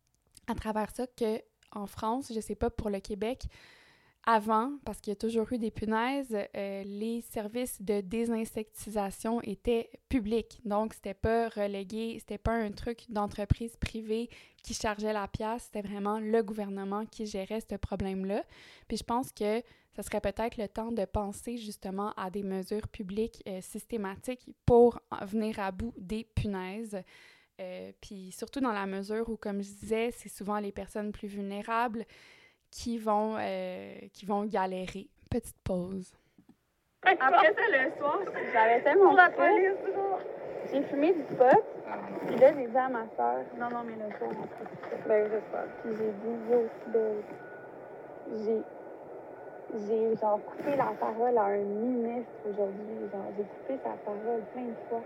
à travers ça que en France, je sais pas pour le Québec, avant, parce qu'il y a toujours eu des punaises, euh, les services de désinsectisation étaient publics. Donc, c'était pas relégué, c'était pas un truc d'entreprise privée qui chargeait la pièce, c'était vraiment le gouvernement qui gérait ce problème-là. Puis je pense que ce serait peut-être le temps de penser justement à des mesures publiques euh, systématiques pour venir à bout des punaises. Euh, puis surtout dans la mesure où, comme je disais, c'est souvent les personnes plus vulnérables qui vont, euh, qui vont galérer. Petite pause. Après ça, le soir, j'avais tellement la police. J'ai fumé du pot. Puis là, j'ai dit à ma soeur, non, non, mais le soir, on fait ça. Ben, j'espère. Puis j'ai dit, yo, ben, j'ai, j'ai, genre, coupé la parole à un ministre aujourd'hui. Genre, j'ai coupé sa parole plein de fois.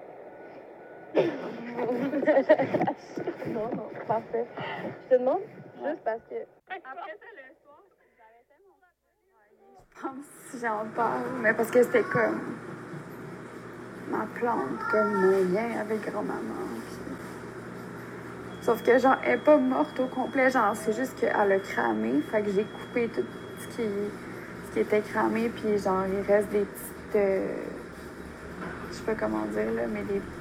non, non, parfait. Je te demande juste parce que... Après ça, le soir, j'avais tellement... Je pense que j'en parle, mais parce que c'était comme... ma plante, comme mon lien avec grand-maman. Puis... Sauf que, genre, elle est pas morte au complet, genre, c'est juste qu'elle a cramé. Fait que j'ai coupé tout ce qui, ce qui était cramé, puis genre, il reste des petites... Euh, je sais pas comment dire, là, mais des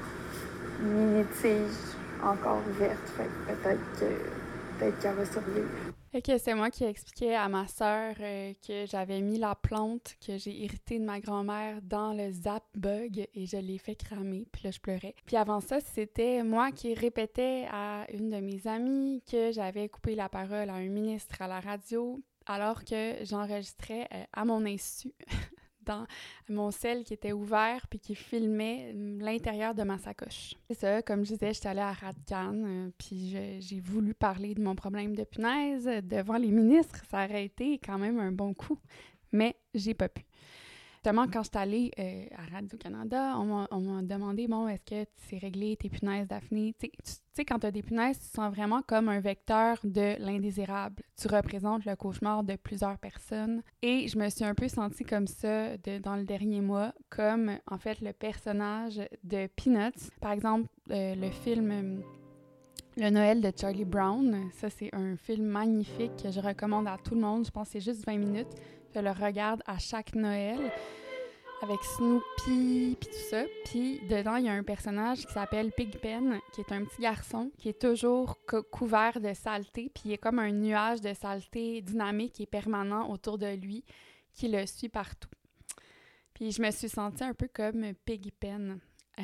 mini-tiges encore vertes. Fait que peut-être que peut-être qu'elle va survivre. Fait que c'est moi qui expliquais à ma sœur euh, que j'avais mis la plante que j'ai héritée de ma grand-mère dans le Zap Bug et je l'ai fait cramer, puis là je pleurais. Puis avant ça, c'était moi qui répétais à une de mes amies que j'avais coupé la parole à un ministre à la radio alors que j'enregistrais euh, à mon insu dans mon cell qui était ouvert puis qui filmait l'intérieur de ma sacoche. C'est ça, comme je disais, j'étais allée à Radcan, euh, puis je, j'ai voulu parler de mon problème de punaise devant les ministres. Ça aurait été quand même un bon coup, mais j'ai pas pu. Justement, quand je suis allée euh, à Radio-Canada, on m'a, on m'a demandé « Bon, est-ce que c'est réglé tes punaises, Daphné? » Tu sais, quand tu as des punaises, tu te sens vraiment comme un vecteur de l'indésirable. Tu représentes le cauchemar de plusieurs personnes. Et je me suis un peu sentie comme ça de, dans le dernier mois, comme, en fait, le personnage de Peanuts. Par exemple, euh, le film... Euh, Le Noël de Charlie Brown, ça c'est un film magnifique que je recommande à tout le monde. Je pense que c'est juste vingt minutes. Je le regarde à chaque Noël avec Snoopy puis tout ça. Puis dedans, il y a un personnage qui s'appelle Pigpen, qui est un petit garçon qui est toujours co- couvert de saleté. Puis il y a comme un nuage de saleté dynamique et permanent autour de lui qui le suit partout. Puis je me suis sentie un peu comme Pigpen.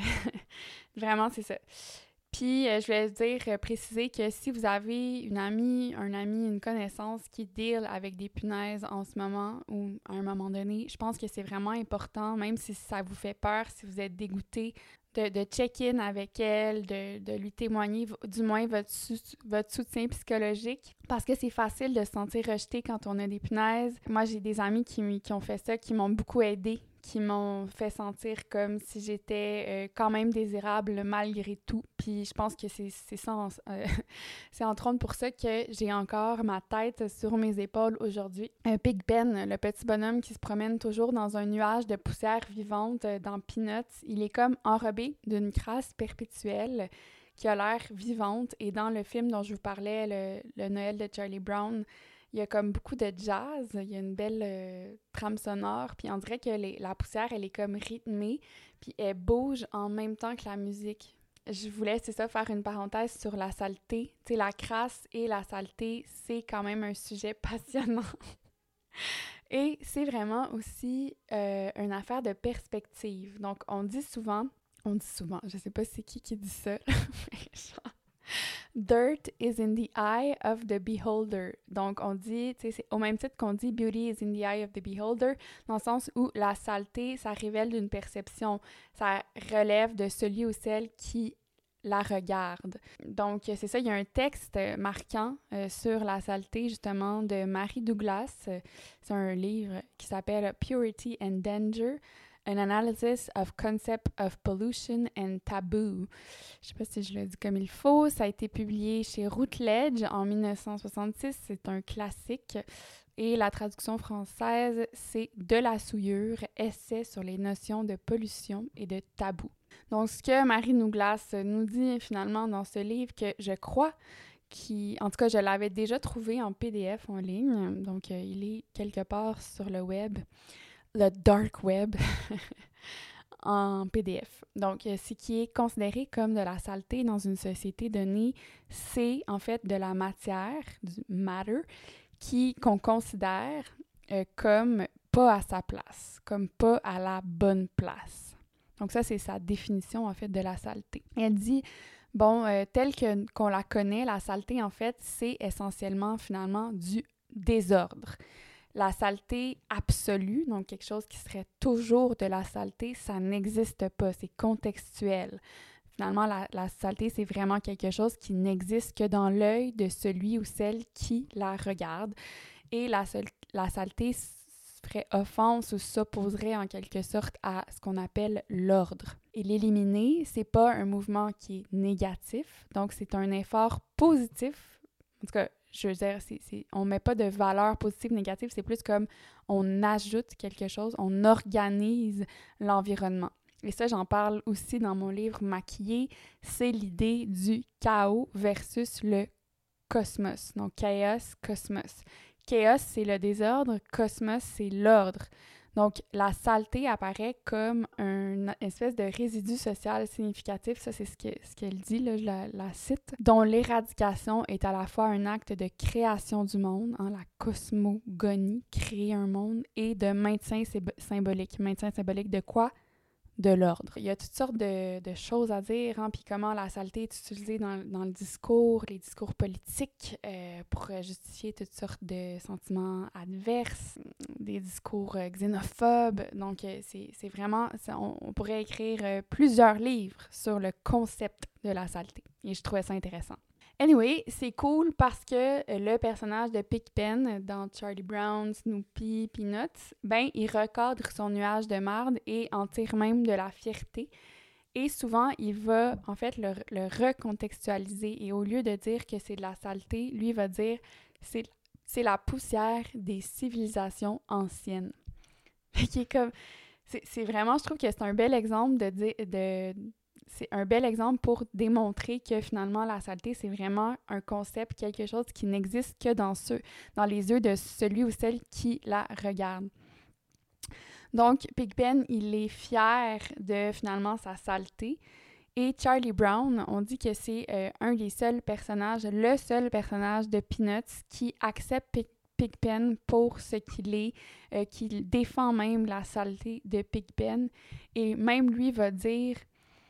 Vraiment, c'est ça. Puis, euh, je vais dire, euh, préciser que si vous avez une amie, un ami, une connaissance qui deal avec des punaises en ce moment ou à un moment donné, je pense que c'est vraiment important, même si ça vous fait peur, si vous êtes dégoûté, de, de check-in avec elle, de, de lui témoigner du moins votre, sou- votre soutien psychologique, parce que c'est facile de se sentir rejeté quand on a des punaises. Moi, j'ai des amis qui, qui ont fait ça, qui m'ont beaucoup aidée, qui m'ont fait sentir comme si j'étais euh, quand même désirable malgré tout. Puis je pense que c'est, c'est ça, euh, c'est entre autres pour ça que j'ai encore ma tête sur mes épaules aujourd'hui. Un Pigpen, le petit bonhomme qui se promène toujours dans un nuage de poussière vivante euh, dans Peanuts, il est comme enrobé d'une crasse perpétuelle qui a l'air vivante. Et dans le film dont je vous parlais, le, le Noël de Charlie Brown, il y a comme beaucoup de jazz, il y a une belle euh, trame sonore, puis on dirait que les, la poussière, elle est comme rythmée, puis elle bouge en même temps que la musique. Je voulais, c'est ça, faire une parenthèse sur la saleté. Tu sais, la crasse et la saleté, c'est quand même un sujet passionnant. Et c'est vraiment aussi euh, une affaire de perspective. Donc, on dit souvent, on dit souvent, je sais pas c'est qui qui dit ça, genre, dirt is in the eye of the beholder. Donc, on dit, tu sais, c'est au même titre qu'on dit beauty is in the eye of the beholder, dans le sens où la saleté, ça révèle d'une perception, ça relève de celui ou celle qui la regarde. Donc, c'est ça, il y a un texte marquant euh, sur la saleté, justement, de Mary Douglas. C'est un livre qui s'appelle Purity and Danger, An Analysis of Concept of Pollution and Taboo. Je sais pas si je le dis comme il faut. Ça a été publié chez Routledge en dix-neuf cent soixante-six. C'est un classique. Et la traduction française, c'est « De la souillure, essai sur les notions de pollution et de tabou ». Donc, ce que Mary Douglas nous dit finalement dans ce livre, que je crois, qui, en tout cas, je l'avais déjà trouvé en P D F en ligne, donc euh, il est quelque part sur le web, le dark web, en P D F. Donc, ce qui est considéré comme de la saleté dans une société donnée, c'est en fait de la matière, du matter, qui, qu'on considère euh, comme pas à sa place, comme pas à la bonne place. Donc ça, c'est sa définition, en fait, de la saleté. Elle dit, bon, euh, telle que, qu'on la connaît, la saleté, en fait, c'est essentiellement, finalement, du désordre. La saleté absolue, donc quelque chose qui serait toujours de la saleté, ça n'existe pas, c'est contextuel. Finalement, la, la saleté, c'est vraiment quelque chose qui n'existe que dans l'œil de celui ou celle qui la regarde. Et la, la saleté ferait offense ou s'opposerait en quelque sorte à ce qu'on appelle l'ordre. Et l'éliminer, c'est pas un mouvement qui est négatif, donc c'est un effort positif. En tout cas, je veux dire, c'est, c'est, on met pas de valeur positive, négative, c'est plus comme on ajoute quelque chose, on organise l'environnement. et ça j'en parle aussi dans mon livre Maquillée, c'est l'idée du chaos versus le cosmos. Donc chaos, cosmos. Chaos, c'est le désordre, cosmos, c'est l'ordre. Donc, la saleté apparaît comme un, une espèce de résidu social significatif, ça c'est ce, que, ce qu'elle dit, là, je la, la cite, dont l'éradication est à la fois un acte de création du monde, hein, la cosmogonie, créer un monde, et de maintien symbolique. Maintien symbolique de quoi? De l'ordre. Il y a toutes sortes de, de choses à dire, hein, puis comment la saleté est utilisée dans, dans le discours, les discours politiques, euh, pour justifier toutes sortes de sentiments adverses, des discours euh, xénophobes. Donc, euh, c'est, c'est vraiment... C'est, on, on pourrait écrire euh, plusieurs livres sur le concept de la saleté. Et je trouvais ça intéressant. Anyway, c'est cool parce que le personnage de Pigpen dans Charlie Brown, Snoopy, Peanuts, ben, il recadre son nuage de marde et en tire même de la fierté. Et souvent, il va, en fait, le, le recontextualiser. Et au lieu de dire que c'est de la saleté, lui va dire c'est, c'est la poussière des civilisations anciennes. Qui est comme... C'est, c'est vraiment, je trouve que c'est un bel exemple de... de, de c'est un bel exemple pour démontrer que finalement la saleté, c'est vraiment un concept, quelque chose qui n'existe que dans, ceux, dans les yeux de celui ou celle qui la regarde. Donc, Pigpen, il est fier de finalement sa saleté. Et Charlie Brown, on dit que c'est euh, un des seuls personnages, le seul personnage de Peanuts qui accepte Pig- Pigpen pour ce qu'il est, euh, qui défend même la saleté de Pigpen. Et même lui va dire...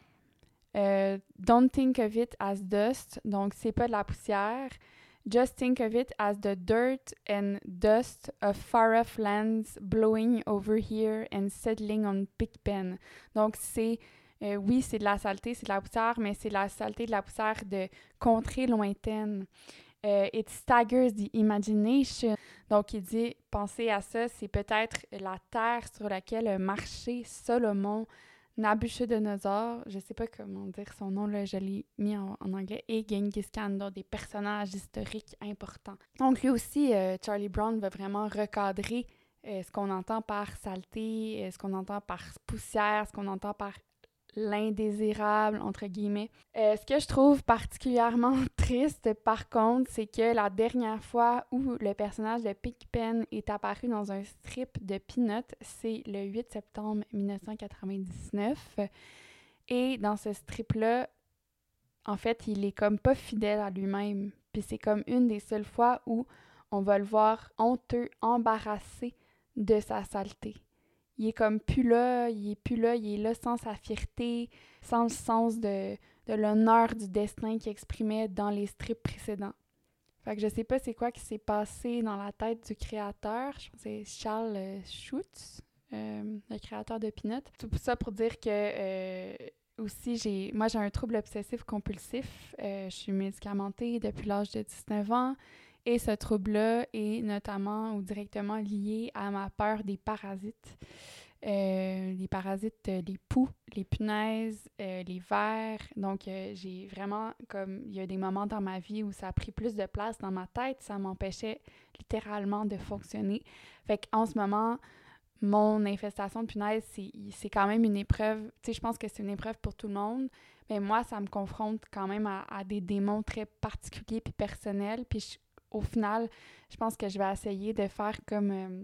Uh, don't think of it as dust, donc c'est pas de la poussière. Just think of it as the dirt and dust of far-off lands blowing over here and settling on Pigpen. Donc c'est, euh, oui, c'est de la saleté, c'est de la poussière, mais c'est la saleté de la poussière de contrées lointaines. Uh, it staggers the imagination. Donc il dit, pensez à ça, c'est peut-être la terre sur laquelle a marché Salomon, Nabuchodonosor, je sais pas comment dire son nom, là, je l'ai mis en, en anglais, et Genghis Khan, donc des personnages historiques importants. Donc lui aussi, euh, Charlie Brown va vraiment recadrer euh, ce qu'on entend par saleté, euh, ce qu'on entend par poussière, ce qu'on entend par l'indésirable, entre guillemets. Euh, ce que je trouve particulièrement triste, par contre, c'est que la dernière fois où le personnage de Pigpen est apparu dans un strip de Peanuts, c'est le huit septembre dix-neuf cent quatre-vingt-dix-neuf. Et dans ce strip-là, en fait, il est comme pas fidèle à lui-même. Puis c'est comme une des seules fois où on va le voir honteux, embarrassé de sa saleté. Il est comme plus là, il est plus là, il est là sans sa fierté, sans le sens de, de l'honneur du destin qu'il exprimait dans les strips précédents. Fait que je sais pas c'est quoi qui s'est passé dans la tête du créateur, je pense que c'est Charles Schulz, euh, le créateur de Peanuts. Tout ça pour dire que euh, aussi, j'ai, moi j'ai un trouble obsessif compulsif, euh, je suis médicamentée depuis l'âge de dix-neuf ans. Et ce trouble-là est notamment ou directement lié à ma peur des parasites. Euh, les parasites, les poux, les punaises, euh, les vers. Donc, euh, j'ai vraiment, comme, il y a des moments dans ma vie où ça a pris plus de place dans ma tête, ça m'empêchait littéralement de fonctionner. Fait qu'en ce moment, mon infestation de punaises, c'est, c'est quand même une épreuve. Tu sais, je pense que c'est une épreuve pour tout le monde. Mais moi, ça me confronte quand même à, à des démons très particuliers puis personnels. Puis je, au final, je pense que je vais essayer de faire comme euh,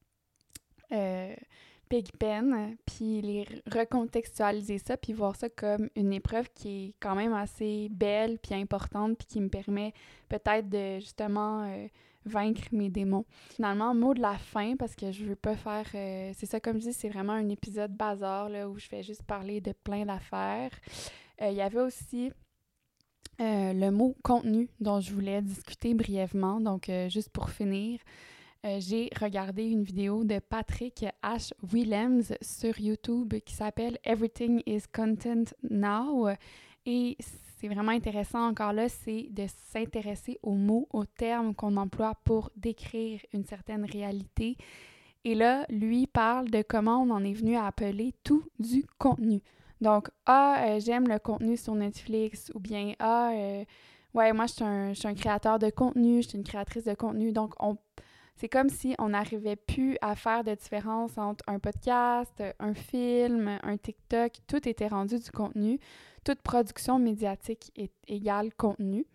euh, Pigpen, puis les recontextualiser ça, puis voir ça comme une épreuve qui est quand même assez belle, puis importante, puis qui me permet peut-être de justement euh, vaincre mes démons. Finalement, mot de la fin, parce que je veux pas faire... Euh, c'est ça, comme je dis, c'est vraiment un épisode bazar, là, où je fais juste parler de plein d'affaires. Il euh, y avait aussi... Euh, le mot « contenu » dont je voulais discuter brièvement. Donc, euh, juste pour finir, euh, j'ai regardé une vidéo de Patrick H. Willems sur YouTube qui s'appelle « Everything is Content Now ». Et c'est vraiment intéressant encore là, c'est de s'intéresser aux mots, aux termes qu'on emploie pour décrire une certaine réalité. Et là, lui parle de comment on en est venu à appeler tout du contenu. Donc, ah, euh, j'aime le contenu sur Netflix, ou bien, ah, euh, ouais, moi, je suis un, je suis un créateur de contenu, je suis une créatrice de contenu. Donc, on, C'est comme si on n'arrivait plus à faire de différence entre un podcast, un film, un TikTok. Tout était rendu du contenu. Toute production médiatique est égale contenu.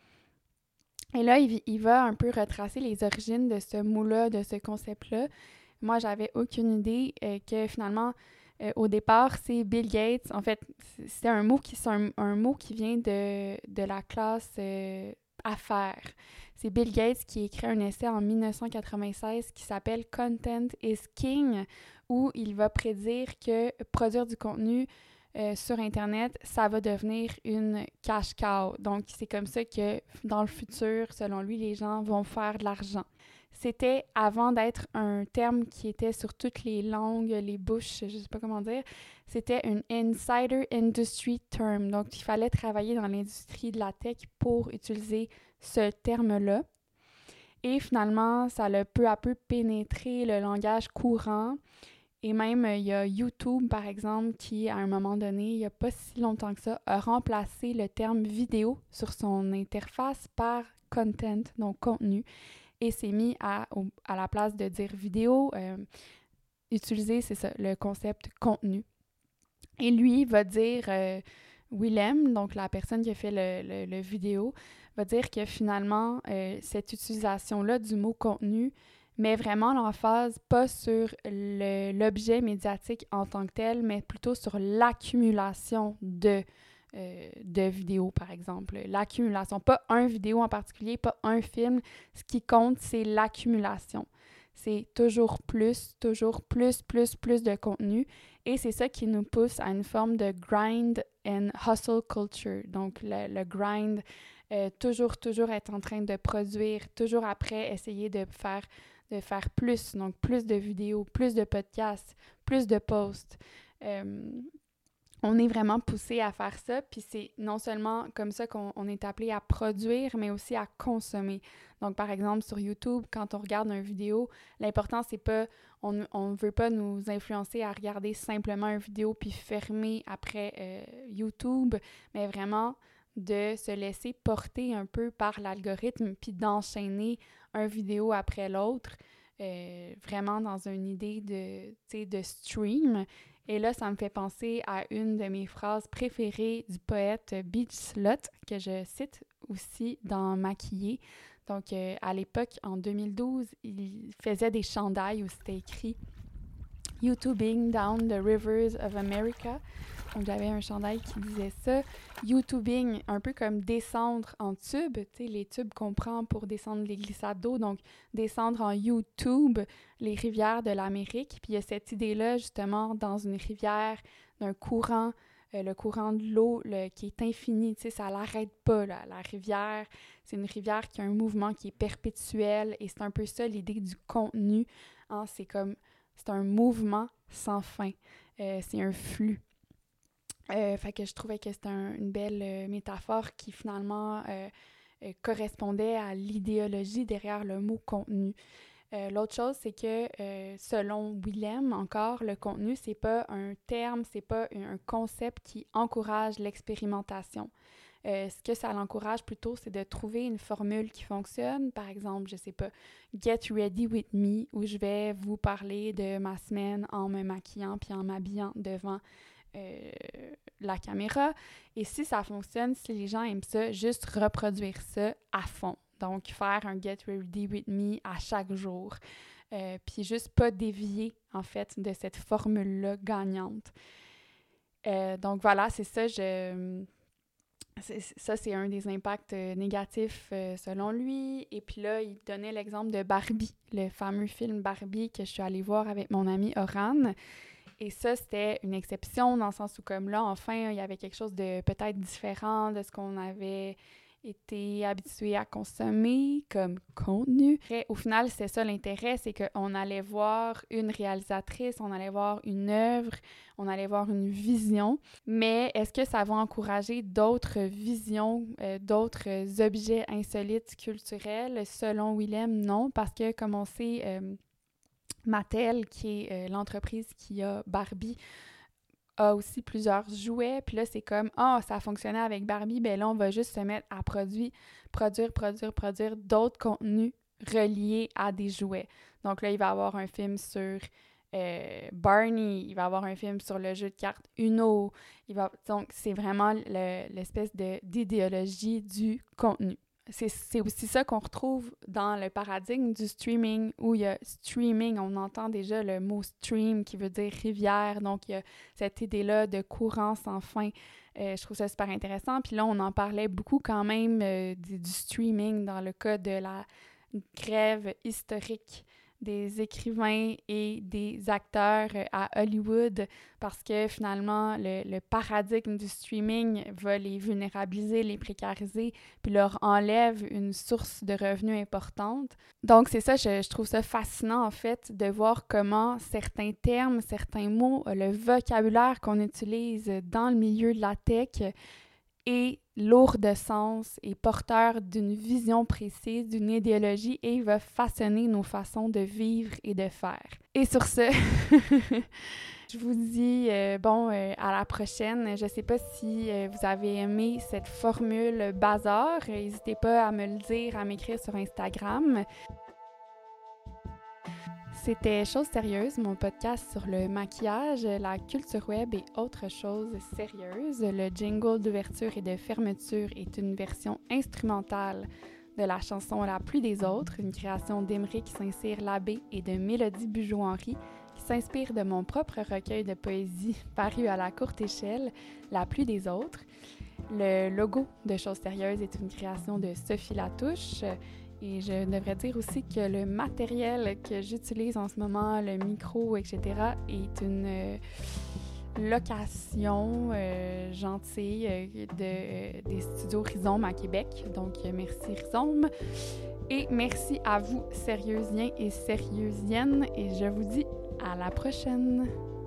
Et là, il, il va un peu retracer les origines de ce mot-là, de ce concept-là. Moi, j'avais aucune idée euh, que finalement, euh, au départ, c'est Bill Gates. En fait, c'est un mot qui, c'est un, un mot qui vient de, de la classe euh, affaires. C'est Bill Gates qui a écrit un essai en dix-neuf cent quatre-vingt-seize qui s'appelle « Content is King » où il va prédire que produire du contenu euh, sur Internet, ça va devenir une cash cow. Donc, c'est comme ça que dans le futur, selon lui, les gens vont faire de l'argent. C'était avant d'être un terme qui était sur toutes les langues, les bouches, je ne sais pas comment dire, c'était une insider industry term. Donc, il fallait travailler dans l'industrie de la tech pour utiliser ce terme-là. Et finalement, ça a peu à peu pénétré le langage courant. Et même, il y a YouTube, par exemple, qui, à un moment donné, il n'y a pas si longtemps que ça, a remplacé le terme vidéo sur son interface par content, donc contenu. Et s'est mis à, au, à la place de dire vidéo, euh, utiliser, c'est ça, le concept contenu. Et lui va dire, euh, Willem, donc la personne qui a fait le, le, le vidéo, va dire que finalement, euh, cette utilisation-là du mot contenu met vraiment l'emphase pas sur le, l'objet médiatique en tant que tel, mais plutôt sur l'accumulation de Euh, de vidéos, par exemple. L'accumulation. Pas un vidéo en particulier, pas un film. Ce qui compte, c'est l'accumulation. C'est toujours plus, toujours plus, plus, plus de contenu. Et c'est ça qui nous pousse à une forme de grind and hustle culture. Donc, le, le grind, euh, toujours, toujours être en train de produire, toujours après essayer de faire, de faire plus. Donc, plus de vidéos, plus de podcasts, plus de posts. Euh, On est vraiment poussé à faire ça, puis c'est non seulement comme ça qu'on on est appelé à produire, mais aussi à consommer. Donc, par exemple, sur YouTube, quand on regarde une vidéo, l'important, c'est pas, on ne veut pas nous influencer à regarder simplement une vidéo puis fermer après euh, YouTube, mais vraiment de se laisser porter un peu par l'algorithme puis d'enchaîner une vidéo après l'autre, euh, vraiment dans une idée de, tu sais, de stream. Et là, ça me fait penser à une de mes phrases préférées du poète Beach Slut, que je cite aussi dans Maquillée. Donc, euh, à l'époque, en deux mille douze, il faisait des chandails où c'était écrit « YouTubing down the rivers of America ». Donc, j'avais un chandail qui disait ça. YouTubing, un peu comme descendre en tube, tu sais, les tubes qu'on prend pour descendre les glissades d'eau. Donc, descendre en YouTube, les rivières de l'Amérique. Puis, il y a cette idée-là, justement, dans une rivière, d'un courant, euh, le courant de l'eau le, qui est infini, tu sais, ça l'arrête pas, là. La rivière, c'est une rivière qui a un mouvement qui est perpétuel. Et c'est un peu ça, l'idée du contenu. Hein, c'est comme, c'est un mouvement sans fin. Euh, c'est un flux. Euh, fait que je trouvais que c'était un, une belle euh, métaphore qui finalement euh, euh, correspondait à l'idéologie derrière le mot contenu. Euh, l'autre chose, c'est que euh, selon Willem, encore, le contenu, c'est pas un terme, c'est pas un concept qui encourage l'expérimentation. Euh, ce que ça l'encourage plutôt, c'est de trouver une formule qui fonctionne. Par exemple, je sais pas, Get Ready With Me, où je vais vous parler de ma semaine en me maquillant puis en m'habillant devant Euh, la caméra. Et si ça fonctionne, si les gens aiment ça, juste reproduire ça à fond. Donc, faire un Get Ready With Me à chaque jour. Euh, puis juste pas dévier, en fait, de cette formule-là gagnante. Euh, donc, voilà, c'est ça. Je... C'est, ça, c'est un des impacts euh, négatifs euh, selon lui. Et puis là, il donnait l'exemple de Barbie, le fameux film Barbie que je suis allée voir avec mon ami Oran. Et ça, c'était une exception dans le sens où, comme là, enfin, il y avait quelque chose de peut-être différent de ce qu'on avait été habitué à consommer comme contenu. Et au final, c'est ça l'intérêt, c'est qu'on allait voir une réalisatrice, on allait voir une œuvre, on allait voir une vision, mais est-ce que ça va encourager d'autres visions, euh, d'autres objets insolites culturels? Selon Willem, non, parce que, comme on sait, euh, Mattel, qui est euh, l'entreprise qui a Barbie, a aussi plusieurs jouets. Puis là, c'est comme, ah, oh, ça a fonctionné avec Barbie, ben là, on va juste se mettre à produire, produire, produire, produire d'autres contenus reliés à des jouets. Donc là, il va y avoir un film sur euh, Barney, il va y avoir un film sur le jeu de cartes Uno. Il va... Donc, c'est vraiment le, l'espèce de, d'idéologie du contenu. C'est, c'est aussi ça qu'on retrouve dans le paradigme du streaming, où il y a streaming, on entend déjà le mot stream qui veut dire rivière, donc il y a cette idée-là de courant sans fin. Euh, je trouve ça super intéressant. Puis là, on en parlait beaucoup quand même euh, du, du streaming dans le cas de la grève historique des écrivains et des acteurs à Hollywood, parce que finalement, le, le paradigme du streaming va les vulnérabiliser, les précariser, puis leur enlève une source de revenus importante. Donc, c'est ça, je, je trouve ça fascinant, en fait, de voir comment certains termes, certains mots, le vocabulaire qu'on utilise dans le milieu de la tech est lourd de sens et porteur d'une vision précise, d'une idéologie, et il va façonner nos façons de vivre et de faire. Et sur ce, je vous dis euh, bon euh, à la prochaine. Je ne sais pas si euh, vous avez aimé cette formule bazar. N'hésitez pas à me le dire, à m'écrire sur Instagram. C'était Chose sérieuse, mon podcast sur le maquillage, la culture web et autres choses sérieuses. Le jingle d'ouverture et de fermeture est une version instrumentale de la chanson La pluie des autres, une création d'Émeric Saint-Cyr-Labbé et de Mélodie Bugeaud-Henry, qui s'inspire de mon propre recueil de poésie paru à la courte échelle, La pluie des autres. Le logo de Chose sérieuse est une création de Sophie Latouche. Et je devrais dire aussi que le matériel que j'utilise en ce moment, le micro, et cetera, est une euh, location euh, gentille euh, de, euh, des studios Rhizome à Québec. Donc, euh, merci Rhizome. Et merci à vous, sérieusiens et sérieusiennes. Et je vous dis à la prochaine!